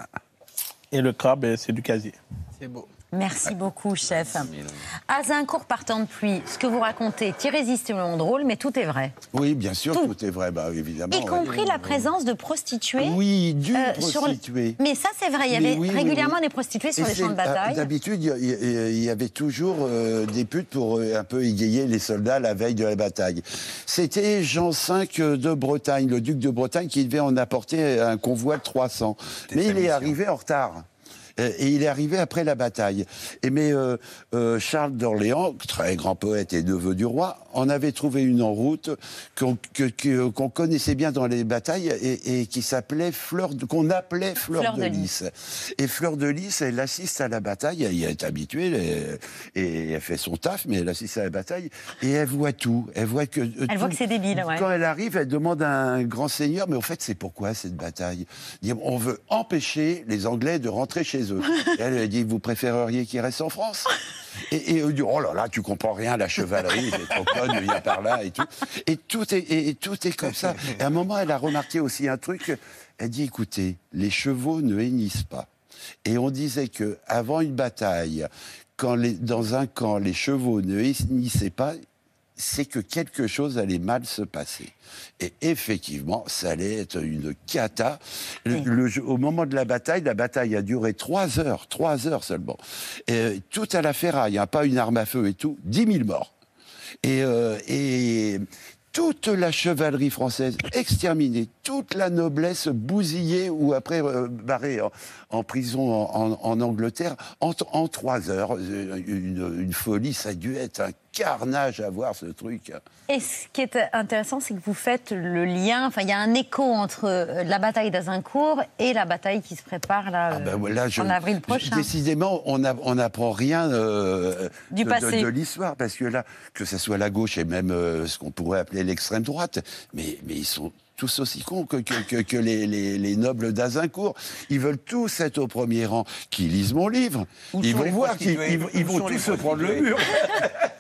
Et le crabe, euh, c'est du casier. C'est beau. Merci beaucoup, chef. Azincourt partant de pluie, ce que vous racontez est irrésistiblement drôle, mais tout est vrai. Oui, bien sûr, Tout. tout, est vrai, bah, évidemment. Y ouais. compris la présence de prostituées. Oui, d'une euh, sur le- prostituée. Mais ça, c'est vrai. Il y Mais avait oui, oui, régulièrement oui. des prostituées sur Et les champs de c'est- bataille. D'habitude, il y, il- il y avait toujours euh, des putes pour euh, un peu égayer les soldats la veille de la bataille. C'était Jean cinq de Bretagne, le duc de Bretagne, qui devait en apporter un convoi de trois cents. Mais il est arrivé en retard. Euh, Et il est arrivé après la bataille. Et mais euh, euh, Charles d'Orléans, très grand poète et neveu du roi, en avait trouvé une en route qu'on que- que- qu'on connaissait bien dans les batailles et, et qui s'appelait Fleur de, qu'on appelait Fleur, Fleur de, de Lys. Et Fleur de Lys, elle assiste à la bataille, elle y est habituée elle- et elle fait son taf, mais elle assiste à la bataille et elle voit tout. Elle voit que euh, Elle voit tout- que c'est débile, ouais. Quand elle arrive, elle demande à un grand seigneur, mais au fait, c'est pourquoi cette bataille? Il dit, on veut empêcher les Anglais de rentrer chez eux. Et elle, elle dit, vous préféreriez qu'ils restent en France? Et, et eux disent, oh là là, tu comprends rien, la chevalerie, c'est trop conne, viens par là et tout. Et tout est, et, et tout est comme ça. Et à un moment, elle a remarqué aussi un truc. Elle dit, écoutez, les chevaux ne hennissent pas. Et on disait que avant une bataille, quand les, dans un camp, les chevaux ne hennissaient pas, c'est que quelque chose allait mal se passer. Et effectivement, ça allait être une cata. Le, le jeu- au moment de la bataille, la bataille a duré trois heures, trois heures seulement. Et, tout à la ferraille, hein, pas une arme à feu et tout, dix mille morts. Et, euh, et toute la chevalerie française exterminée, toute la noblesse bousillée ou après euh, barrée en, en prison en, en- en Angleterre en, en trois heures. Une, une folie, ça a dû être un carnage à voir ce truc. Et ce qui est intéressant, c'est que vous faites le lien, enfin, il y a un écho entre euh, la bataille d'Azincourt et la bataille qui se prépare là, Ah ben euh, voilà, je- en avril je- prochain. Décidément, on n'a- on n'apprend rien euh, Du de, passé. de- de l'histoire, parce que là, que ce soit la gauche et même euh, ce qu'on pourrait appeler l'extrême droite, mais, mais ils sont tous aussi cons que, que, que, que les, les, les nobles d'Azincourt. Ils veulent tous être au premier rang. Qui lisent mon livre. Où Ils sont vont les voir qu'ils prostituées ils, vont- ils Où vont sont les tous se prendre le prostituées mur.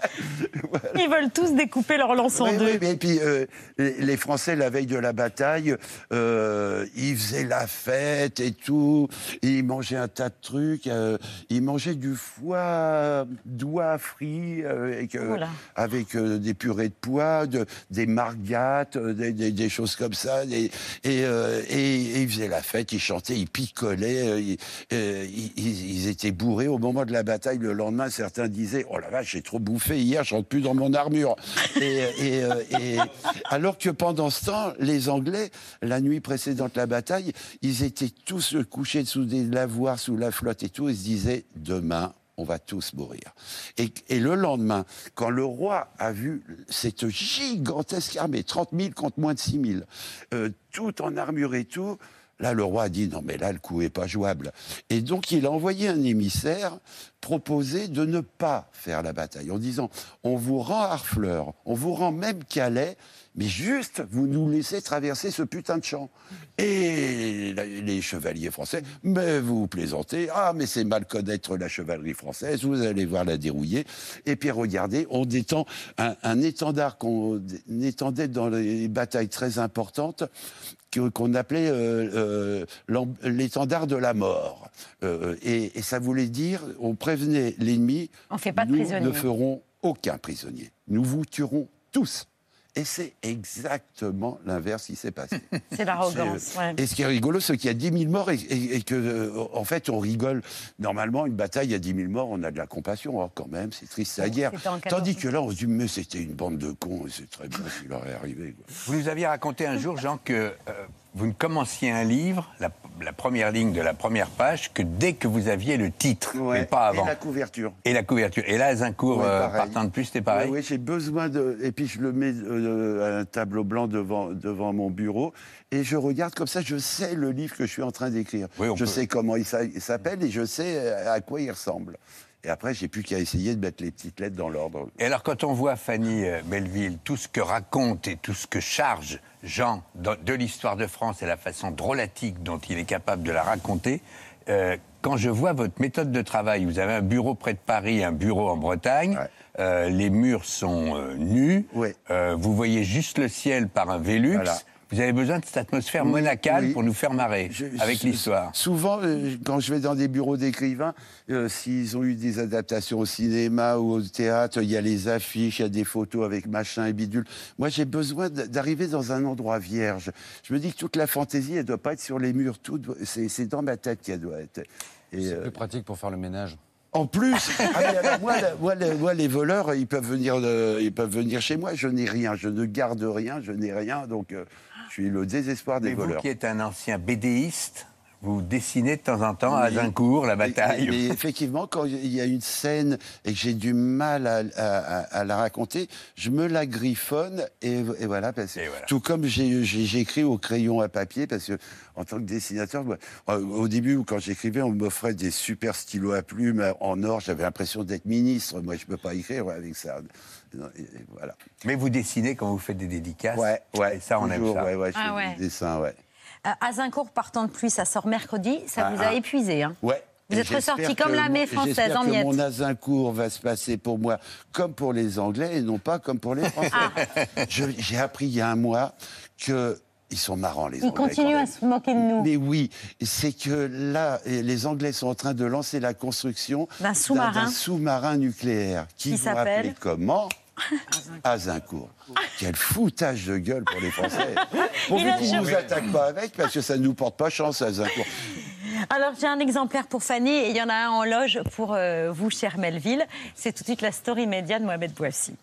Ils veulent tous découper leur lance en oui, deux. Oui, mais et puis, euh, les, les Français, la veille de la bataille, euh, ils faisaient la fête et tout. Ils mangeaient un tas de trucs. Euh, ils mangeaient du foie d'oie frit euh, avec, euh, Voilà. avec euh, des purées de pois, de, des margates, euh, des, des, des choses comme ça. Et, et, euh, et, et ils faisaient la fête, ils chantaient, ils picolaient. Euh, ils, euh, ils, ils étaient bourrés. Au moment de la bataille, le lendemain, certains disaient « Oh la vache, j'ai trop bouffé hier, je rentre plus dans mon armure ». Et, et, euh, et alors que pendant ce temps, les Anglais, la nuit précédente la bataille, ils étaient tous couchés sous des lavoirs, sous la flotte et tout, ils se disaient « Demain, on va tous mourir ». Et, et le lendemain, quand le roi a vu cette gigantesque armée, trente mille contre moins de six mille, euh, tout en armure et tout, là, le roi a dit, non, mais là, le coup n'est pas jouable. Et donc, il a envoyé un émissaire proposer de ne pas faire la bataille, en disant, on vous rend Harfleur, on vous rend même Calais, mais juste, vous nous laissez traverser ce putain de champ. Et les chevaliers français, mais vous plaisantez, ah, mais c'est mal connaître la chevalerie française, vous allez voir la dérouiller. Et puis, regardez, on détend un, un étendard qu'on étendait dans les batailles très importantes, qu'on appelait euh, euh, l'étendard de la mort. Euh, et, et ça voulait dire, on prévenait l'ennemi, on fait pas de nous prisonniers. ne ferons aucun prisonnier. Nous vous tuerons tous. Et c'est exactement l'inverse qui s'est passé. C'est l'arrogance. C'est, euh, Ouais. Et ce qui est rigolo, c'est qu'il y a dix mille morts et, et, et que, euh, en fait, on rigole. Normalement, une bataille, il y a dix mille morts, on a de la compassion. Oh, quand même, c'est triste, c'est la guerre. Tandis que là, on se dit, mais c'était une bande de cons, et c'est très bien ce qui leur est arrivé. Quoi. Vous nous aviez raconté un jour, Jean, que euh, vous ne commenciez un livre, la, la première ligne de la première page, que dès que vous aviez le titre, Ouais, mais pas avant. Et la couverture. Et la couverture. Et là, Azincourt, Ouais, euh, pareil. partant de plus, c'était pareil. Oui, j'ai besoin de... Et puis je le mets euh, à un tableau blanc devant, devant mon bureau et je regarde comme ça, je sais le livre que je suis en train d'écrire. Oui, on je peut. sais comment il s'a- il s'appelle et je sais à quoi il ressemble. Et après, j'ai plus qu'à essayer de mettre les petites lettres dans l'ordre. Et alors, quand on voit Fanny euh, Belleville, tout ce que raconte et tout ce que charge Jean de, de l'histoire de France et la façon drôlatique dont il est capable de la raconter, euh, quand je vois votre méthode de travail, vous avez un bureau près de Paris, un bureau en Bretagne, Ouais. euh, les murs sont euh, nus, Ouais. euh, vous voyez juste le ciel par un Vélux. Voilà. Vous avez besoin de cette atmosphère Oui, monacale oui. pour nous faire marrer Je- avec je- l'histoire. Souvent, euh, quand je vais dans des bureaux d'écrivains, euh, s'ils ont eu des adaptations au cinéma ou au théâtre, il y a les affiches, il y a des photos avec machin et bidule. Moi, j'ai besoin d- d'arriver dans un endroit vierge. Je me dis que toute la fantaisie, elle ne doit pas être sur les murs. Tout doit- c'est, c'est dans ma tête qu'elle doit être. Et, C'est euh, plus pratique pour faire le ménage. En plus, ah, mais alors, moi, la- moi, les, moi, les voleurs, ils peuvent venir, euh, ils peuvent venir chez moi. Je n'ai rien, je ne garde rien, je n'ai rien. Donc, euh, je suis le désespoir des Mais vous voleurs. qui êtes un ancien BDiste, vous dessinez de temps en temps à Oui. Azincourt, la bataille. Mais, mais effectivement, quand il y a une scène et que j'ai du mal à, à- à- à la raconter, je me la griffonne et, et voilà. Parce, Et voilà. Tout comme j'ai, j'ai- j'écris au crayon à papier, parce que en tant que dessinateur, moi, euh, au début, quand j'écrivais, on m'offrait des super stylos à plumes en or. J'avais l'impression d'être ministre. Moi, je ne peux pas écrire avec ça. Et, et voilà. Mais vous dessinez quand vous faites des dédicaces. Ouais, ouais. Et ça, on toujours, aime ça. Ouais, ouais, je Ah fais ouais. des dessins, ouais. Euh, Azincourt partant de pluie, ça sort mercredi. Ça Ah, vous a ah. épuisé. Hein. Ouais. Vous Et êtes j'espère ressorti que comme l'armée mon- française, j'espère en que miettes. mon Azincourt va se passer pour moi comme pour les Anglais et non pas comme pour les Français. Je- j'ai appris il y a un mois que ils sont marrants, les Ils Anglais. continuent quand à même. se moquer de nous. Mais oui, c'est que là, les Anglais sont en train de lancer la construction D'un sous-marin. d'un sous-marin nucléaire qui, Qui vous s'appelle rappelez comment Azincourt. Quel foutage de gueule pour les Français. Pour Il vous a qu'on ne jamais- vous attaque pas avec, parce que ça ne nous porte pas chance, Azincourt. Alors, j'ai un exemplaire pour Fanny et il y en a un en loge pour euh, vous, cher Melville. C'est tout de suite la story média de Mohamed Bouafsi.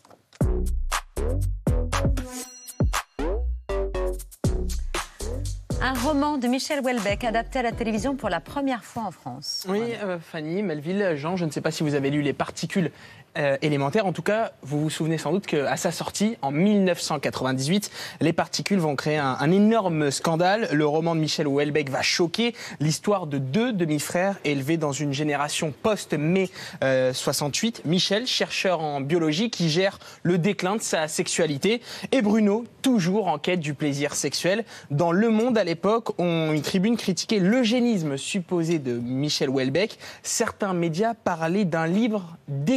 Un roman de Michel Houellebecq adapté à la télévision pour la première fois en France. Oui, euh, Fanny, Melville, Jean, je ne sais pas si vous avez lu Les particules euh, élémentaires. En tout cas, vous vous souvenez sans doute qu'à sa sortie, en mille neuf cent quatre-vingt-dix-huit, Les particules vont créer un, un énorme scandale. Le roman de Michel Houellebecq va choquer. L'histoire de deux demi-frères élevés dans une génération post-mai euh, soixante-huit. Michel, chercheur en biologie, qui gère le déclin de sa sexualité. Et Bruno, toujours en quête du plaisir sexuel. Dans Le Monde, à l'époque, on, une tribune critiquait l'eugénisme supposé de Michel Houellebecq. Certains médias parlaient d'un livre dégoûtant.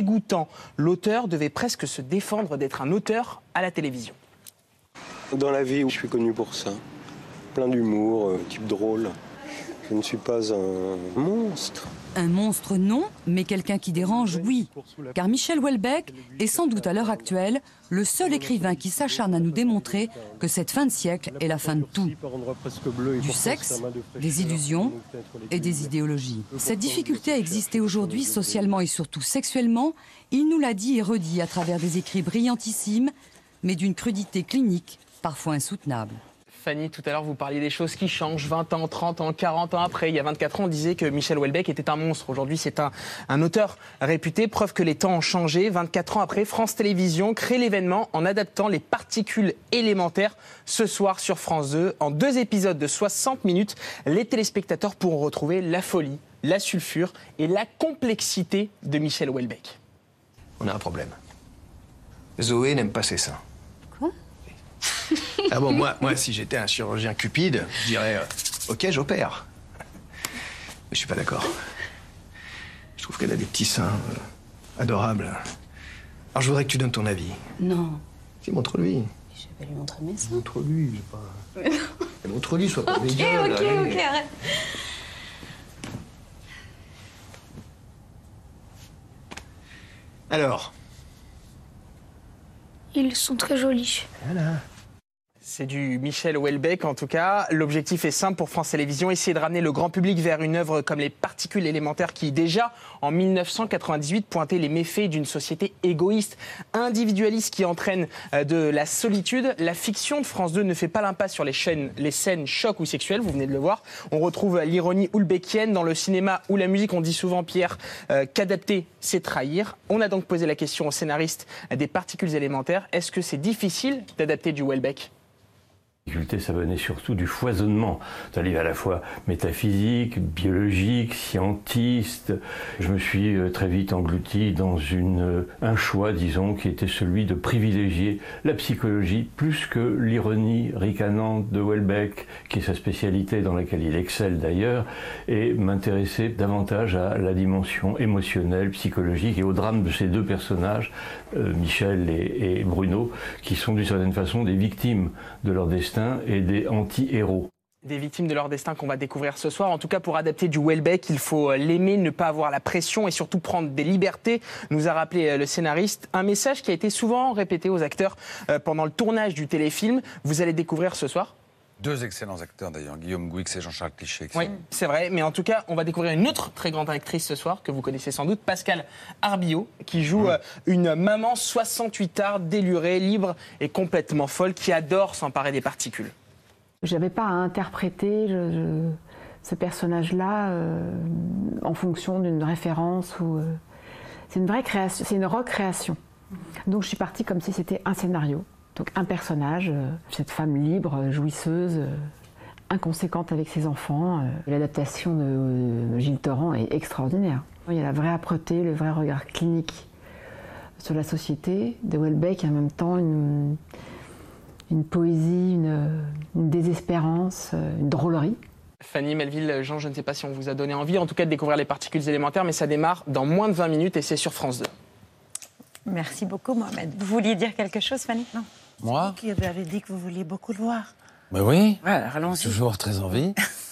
temps, l'auteur devait presque se défendre d'être un auteur à la télévision. Dans la vie, où je suis connu pour ça. Plein d'humour, euh, type drôle. Je ne suis pas un monstre. Un monstre, non, mais quelqu'un qui dérange, oui. Car Michel Houellebecq est sans doute à l'heure actuelle le seul écrivain qui s'acharne à nous démontrer que cette fin de siècle est la fin de tout. Du sexe, des illusions et des idéologies. Cette difficulté à exister aujourd'hui socialement et surtout sexuellement, il nous l'a dit et redit à travers des écrits brillantissimes, mais d'une crudité clinique parfois insoutenable. Fanny, tout à l'heure, vous parliez des choses qui changent, vingt ans, trente ans, quarante ans après. Il y a vingt-quatre ans, on disait que Michel Houellebecq était un monstre. Aujourd'hui, c'est un, un auteur réputé, preuve que les temps ont changé. vingt-quatre ans après, France Télévisions crée l'événement en adaptant les particules élémentaires ce soir sur France deux. En deux épisodes de soixante minutes, les téléspectateurs pourront retrouver la folie, la sulfure et la complexité de Michel Houellebecq. On a un problème. Zoé n'aime pas ses seins. Ah bon, moi, moi si j'étais un chirurgien cupide, je dirais euh, ok, j'opère. Mais je suis pas d'accord. Je trouve qu'elle a des petits seins euh, adorables. Alors je voudrais que tu donnes ton avis. Non. Si, montre-lui. Je vais lui montrer mes seins. Montre-lui, je sais pas. Montre-lui, sois pas Ok, médium, ok, là, ok, arrête. Alors. Ils sont très jolis. Voilà. C'est du Michel Houellebecq en tout cas. L'objectif est simple pour France Télévisions, essayer de ramener le grand public vers une œuvre comme Les Particules élémentaires qui déjà en mille neuf cent quatre-vingt-dix-huit pointait les méfaits d'une société égoïste, individualiste qui entraîne de la solitude. La fiction de France deux ne fait pas l'impasse sur les, chaînes, les scènes choc ou sexuelles, vous venez de le voir. On retrouve l'ironie houellebecquienne dans le cinéma ou la musique. On dit souvent, Pierre, euh, qu'adapter, c'est trahir. On a donc posé la question au scénariste des Particules élémentaires. Est-ce que c'est difficile d'adapter du Houellebecq ? Ça venait surtout du foisonnement. C'est un livre à la fois métaphysique, biologique, scientiste. Je me suis très vite englouti dans une, un choix, disons, qui était celui de privilégier la psychologie plus que l'ironie ricanante de Houellebecq, qui est sa spécialité dans laquelle il excelle d'ailleurs, et m'intéresser davantage à la dimension émotionnelle, psychologique et au drame de ces deux personnages, euh, Michel et, et Bruno, qui sont d'une certaine façon des victimes de leur destin et des anti-héros. Des victimes de leur destin qu'on va découvrir ce soir. En tout cas, pour adapter du Houellebecq, il faut l'aimer, ne pas avoir la pression et surtout prendre des libertés, nous a rappelé le scénariste. Un message qui a été souvent répété aux acteurs pendant le tournage du téléfilm. Vous allez découvrir ce soir. Deux excellents acteurs d'ailleurs, Guillaume Gouix et Jean-Charles Cliché. Oui, c'est vrai, mais en tout cas, on va découvrir une autre très grande actrice ce soir, que vous connaissez sans doute, Pascale Arbillot, qui joue mmh. une maman soixante-huit arts, délurée, libre et complètement folle, qui adore s'emparer des particules. J'avais pas à interpréter je, je, ce personnage-là euh, en fonction d'une référence ou. Euh, c'est une vraie création, c'est une recréation. Donc je suis partie comme si c'était un scénario. Donc un personnage, euh, cette femme libre, jouisseuse, euh, inconséquente avec ses enfants. Euh, l'adaptation de euh, Gilles Torrent est extraordinaire. Il y a la vraie âpreté, le vrai regard clinique sur la société de Houellebecq et en même temps une, une poésie, une, une désespérance, une drôlerie. Fanny, Melville, Jean, je ne sais pas si on vous a donné envie en tout cas de découvrir Les Particules élémentaires, mais ça démarre dans moins de vingt minutes et c'est sur France deux. Merci beaucoup, Mohamed. Vous vouliez dire quelque chose, Fanny? Non. Moi? Qui avait dit que vous vouliez beaucoup le voir. Ben oui, ouais, allons-y. Toujours très envie.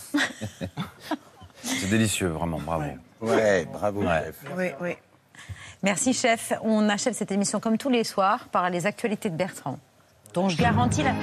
C'est délicieux, vraiment, bravo. Ouais, ouais bravo, ouais. Chef. Oui, oui. Merci, chef. On achève cette émission comme tous les soirs par les actualités de Bertrand, dont je garantis la...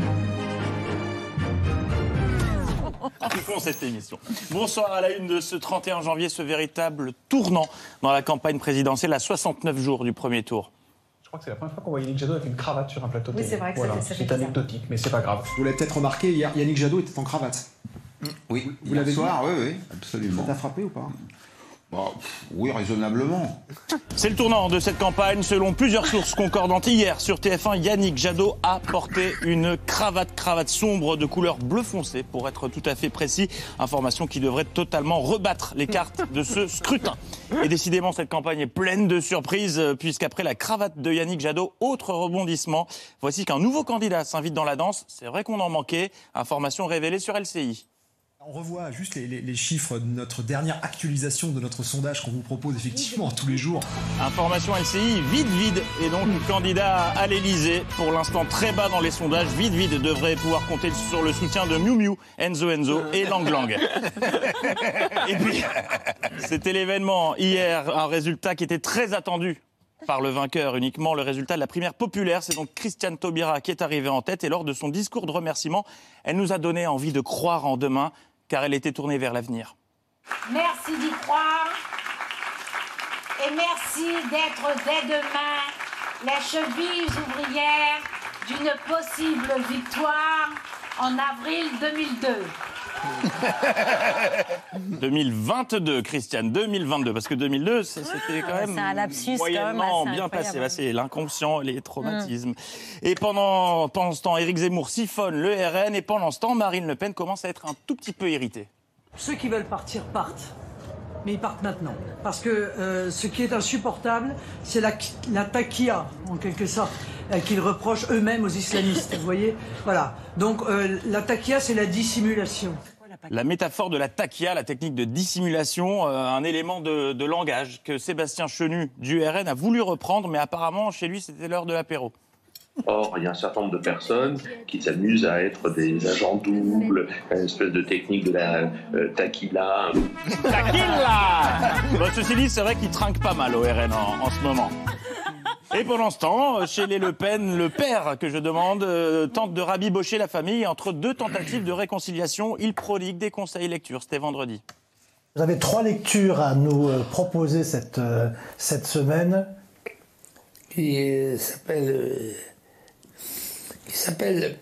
Qui font cette émission. Bonsoir à la une de ce trente et un janvier, ce véritable tournant dans la campagne présidentielle à soixante-neuf jours du premier tour. Je crois que c'est la première fois qu'on voit Yannick Jadot avec une cravate sur un plateau télé. Oui, c'est vrai que voilà. ça fait C'est anecdotique, mais c'est pas grave. Vous l'avez peut-être remarqué, hier, Yannick Jadot était en cravate. Oui, vous l'avez vu ? soir, oui, oui, absolument. Ça t'a frappé ou pas ? Bah, oui, raisonnablement. C'est le tournant de cette campagne. Selon plusieurs sources concordantes, hier sur T F un, Yannick Jadot a porté une cravate, cravate sombre de couleur bleu foncé, pour être tout à fait précis. Information qui devrait totalement rebattre les cartes de ce scrutin. Et décidément, cette campagne est pleine de surprises, puisqu'après la cravate de Yannick Jadot, autre rebondissement. Voici qu'un nouveau candidat s'invite dans la danse. C'est vrai qu'on en manquait. Information révélée sur L C I. On revoit juste les, les, les chiffres de notre dernière actualisation de notre sondage qu'on vous propose effectivement tous les jours. Information L C I, vide vide et donc candidat à l'Elysée. Pour l'instant très bas dans les sondages, vide vide devrait pouvoir compter sur le soutien de Miu Miu, Enzo Enzo et Lang Lang. Et puis, c'était l'événement hier, un résultat qui était très attendu par le vainqueur uniquement, le résultat de la primaire populaire. C'est donc Christiane Taubira qui est arrivée en tête et lors de son discours de remerciement, elle nous a donné envie de croire en demain car elle était tournée vers l'avenir. Merci d'y croire et merci d'être dès demain les chevilles ouvrières d'une possible victoire en avril deux mille deux. deux mille vingt-deux, Christiane, deux mille vingt-deux, parce que deux mille deux, c'était quand même c'est un lapsus moyennement quand même bien passé. Bah, c'est l'inconscient, les traumatismes. Mm. Et pendant, pendant ce temps, Éric Zemmour siphonne le R N, et pendant ce temps, Marine Le Pen commence à être un tout petit peu irritée. Ceux qui veulent partir partent, mais ils partent maintenant. Parce que euh, ce qui est insupportable, c'est la, la taquilla, en quelque sorte, euh, qu'ils reprochent eux-mêmes aux islamistes, vous voyez. Voilà. Donc euh, la taquilla, c'est la dissimulation. La métaphore de la taquilla, la technique de dissimulation, euh, un élément de, de langage que Sébastien Chenu du R N a voulu reprendre, mais apparemment, chez lui, c'était l'heure de l'apéro. Or, il y a un certain nombre de personnes qui s'amusent à être des agents doubles, une espèce de technique de la euh, taquilla. Taquilla bon, Ceci dit, c'est vrai qu'il trinque pas mal au R N en, en ce moment. Et pendant ce temps, chez les Le Pen, le père que je demande euh, tente de rabibocher la famille. Entre deux tentatives de réconciliation, il prodigue des conseils lecture. C'était vendredi. Vous avez trois lectures à nous euh, proposer cette, euh, cette semaine. Qui euh, s'appelle... Euh, qui s'appelle...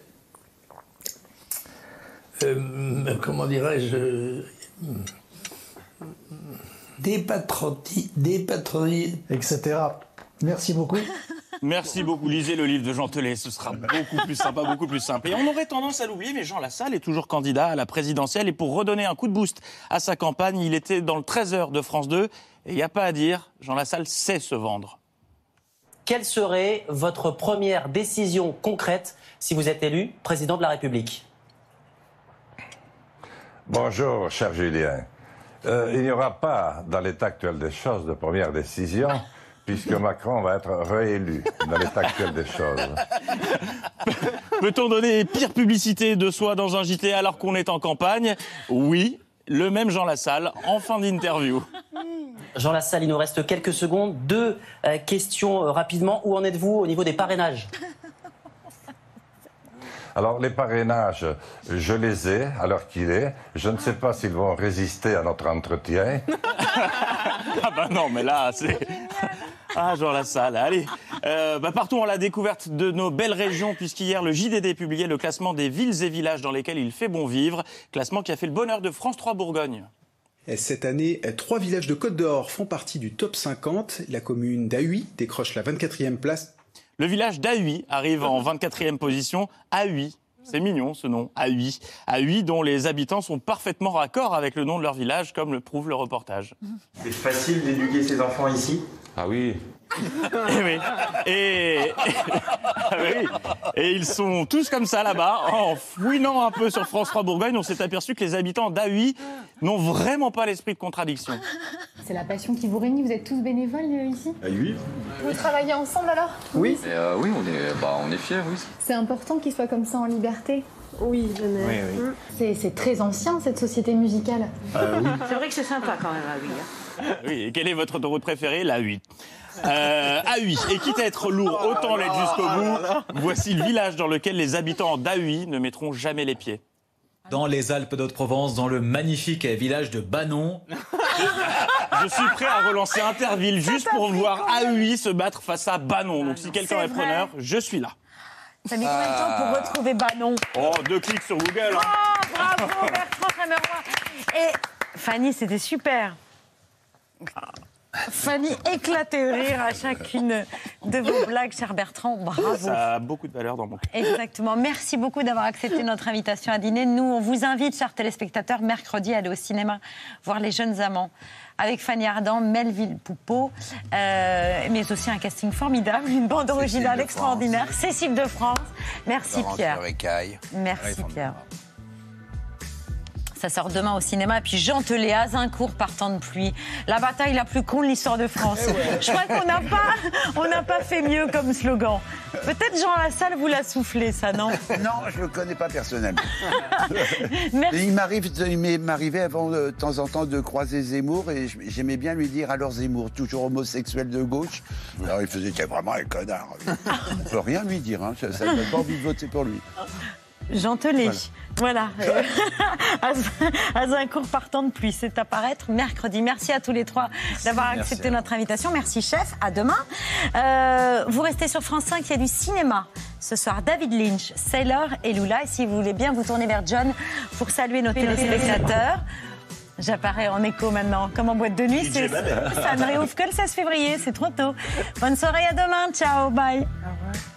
Euh, comment dirais-je... Euh, dépatroti... dépatroni... et cetera. Merci beaucoup. Merci beaucoup. Lisez le livre de Jean Telet, ce sera beaucoup plus sympa, beaucoup plus simple. Et on aurait tendance à l'oublier, mais Jean Lassalle est toujours candidat à la présidentielle. Et pour redonner un coup de boost à sa campagne, il était dans le treize heures de France deux. Et il n'y a pas à dire, Jean Lassalle sait se vendre. Quelle serait votre première décision concrète si vous êtes élu président de la République ? Bonjour, cher Julien. Euh, il n'y aura pas, dans l'état actuel des choses, de première décision, puisque Macron va être réélu dans l'état actuel des choses. Peut-on donner pire publicité de soi dans un J T alors qu'on est en campagne ? Oui, le même Jean Lassalle, en fin d'interview. Jean Lassalle, il nous reste quelques secondes. Deux euh, questions euh, rapidement. Où en êtes-vous au niveau des parrainages ? Alors, les parrainages, je les ai à l'heure qu'il est. Je ne sais pas s'ils vont résister à notre entretien. Ah bah non, mais là, c'est... Ah, Jean Lassalle, allez. Euh, bah partons à la découverte de nos belles régions, puisqu'hier, le J D D publiait le classement des villes et villages dans lesquels il fait bon vivre. Classement qui a fait le bonheur de France trois Bourgogne. Cette année, trois villages de Côte d'Or font partie du top cinquante. La commune d'Ahuy décroche la vingt-quatrième place. Le village d'Ahuy arrive en vingt-quatrième position. Ahuy, c'est mignon ce nom, Ahuy. Ahuy dont les habitants sont parfaitement raccord avec le nom de leur village, comme le prouve le reportage. C'est facile d'éduquer ses enfants ici ? Ah oui. Et oui. Et... Ah oui. Et ils sont tous comme ça là-bas, en fouinant un peu sur France trois Bourgogne, on s'est aperçu que les habitants d'Ahuy n'ont vraiment pas l'esprit de contradiction. C'est la passion qui vous réunit, vous êtes tous bénévoles euh, ici ? Ah oui. Vous travaillez ensemble alors ? Oui. Et euh, oui, on est, bah, on est fiers, oui. C'est important qu'ils soient comme ça en liberté ? Oui, je n'ai. Oui, oui. C'est, c'est très ancien cette société musicale. Euh, oui. C'est vrai que c'est sympa quand même à Huy. Hein. Oui, et quelle est votre autoroute préférée ? La huit. Euh, Ahuy. Et quitte à être lourd, autant l'être jusqu'au bout. Voici le village dans lequel les habitants d'Ahuy ne mettront jamais les pieds. Dans les Alpes d'Haute-Provence, dans le magnifique village de Banon. Je suis prêt à relancer Interville juste pour voir Ahuy se battre face à Banon. Donc si quelqu'un est, est preneur, je suis là. Ça met combien de temps pour retrouver Banon ? Oh, deux clics sur Google. Hein. Oh, bravo Bertrand Tremeroy. Et Fanny, c'était super. Fanny éclatait de rire à chacune de vos blagues, cher Bertrand. Bravo. Ça a beaucoup de valeur dans mon cœur. Exactement. Merci beaucoup d'avoir accepté notre invitation à dîner. Nous, on vous invite, chers téléspectateurs, mercredi à aller au cinéma voir Les Jeunes Amants avec Fanny Ardant, Melville Poupeau, euh, mais aussi un casting formidable, une bande originale extraordinaire. Cécile de France. Merci Pierre. Merci Pierre. Ça sort demain au cinéma. Et puis Jean Telet, Azincourt par temps de pluie. La bataille la plus con de l'histoire de France. Je crois qu'on n'a pas, on n'a pas fait mieux comme slogan. Peut-être Jean Lassalle vous l'a soufflé, ça, non? Non, je ne le connais pas personnellement. Merci. Il m'arrive, il m'arrivait avant de temps en temps de croiser Zemmour et j'aimais bien lui dire alors Zemmour, toujours homosexuel de gauche. Alors il faisait t'es vraiment un connard. On ne peut rien lui dire, hein. Ça ne donne pas envie de voter pour lui. Jean Telet, voilà. voilà. Azincourt par temps de pluie, c'est à paraître mercredi. Merci à tous les trois d'avoir accepté notre invitation. Merci chef, à demain. Euh, vous restez sur France cinq, il y a du cinéma. Ce soir, David Lynch, Sailor et Lula. Et si vous voulez bien vous tourner vers John pour saluer nos téléspectateurs. J'apparais en écho maintenant, comme en boîte de nuit. C'est, ça ne réouvre que le seize février, c'est trop tôt. Bonne soirée, à demain. Ciao, bye. Au revoir.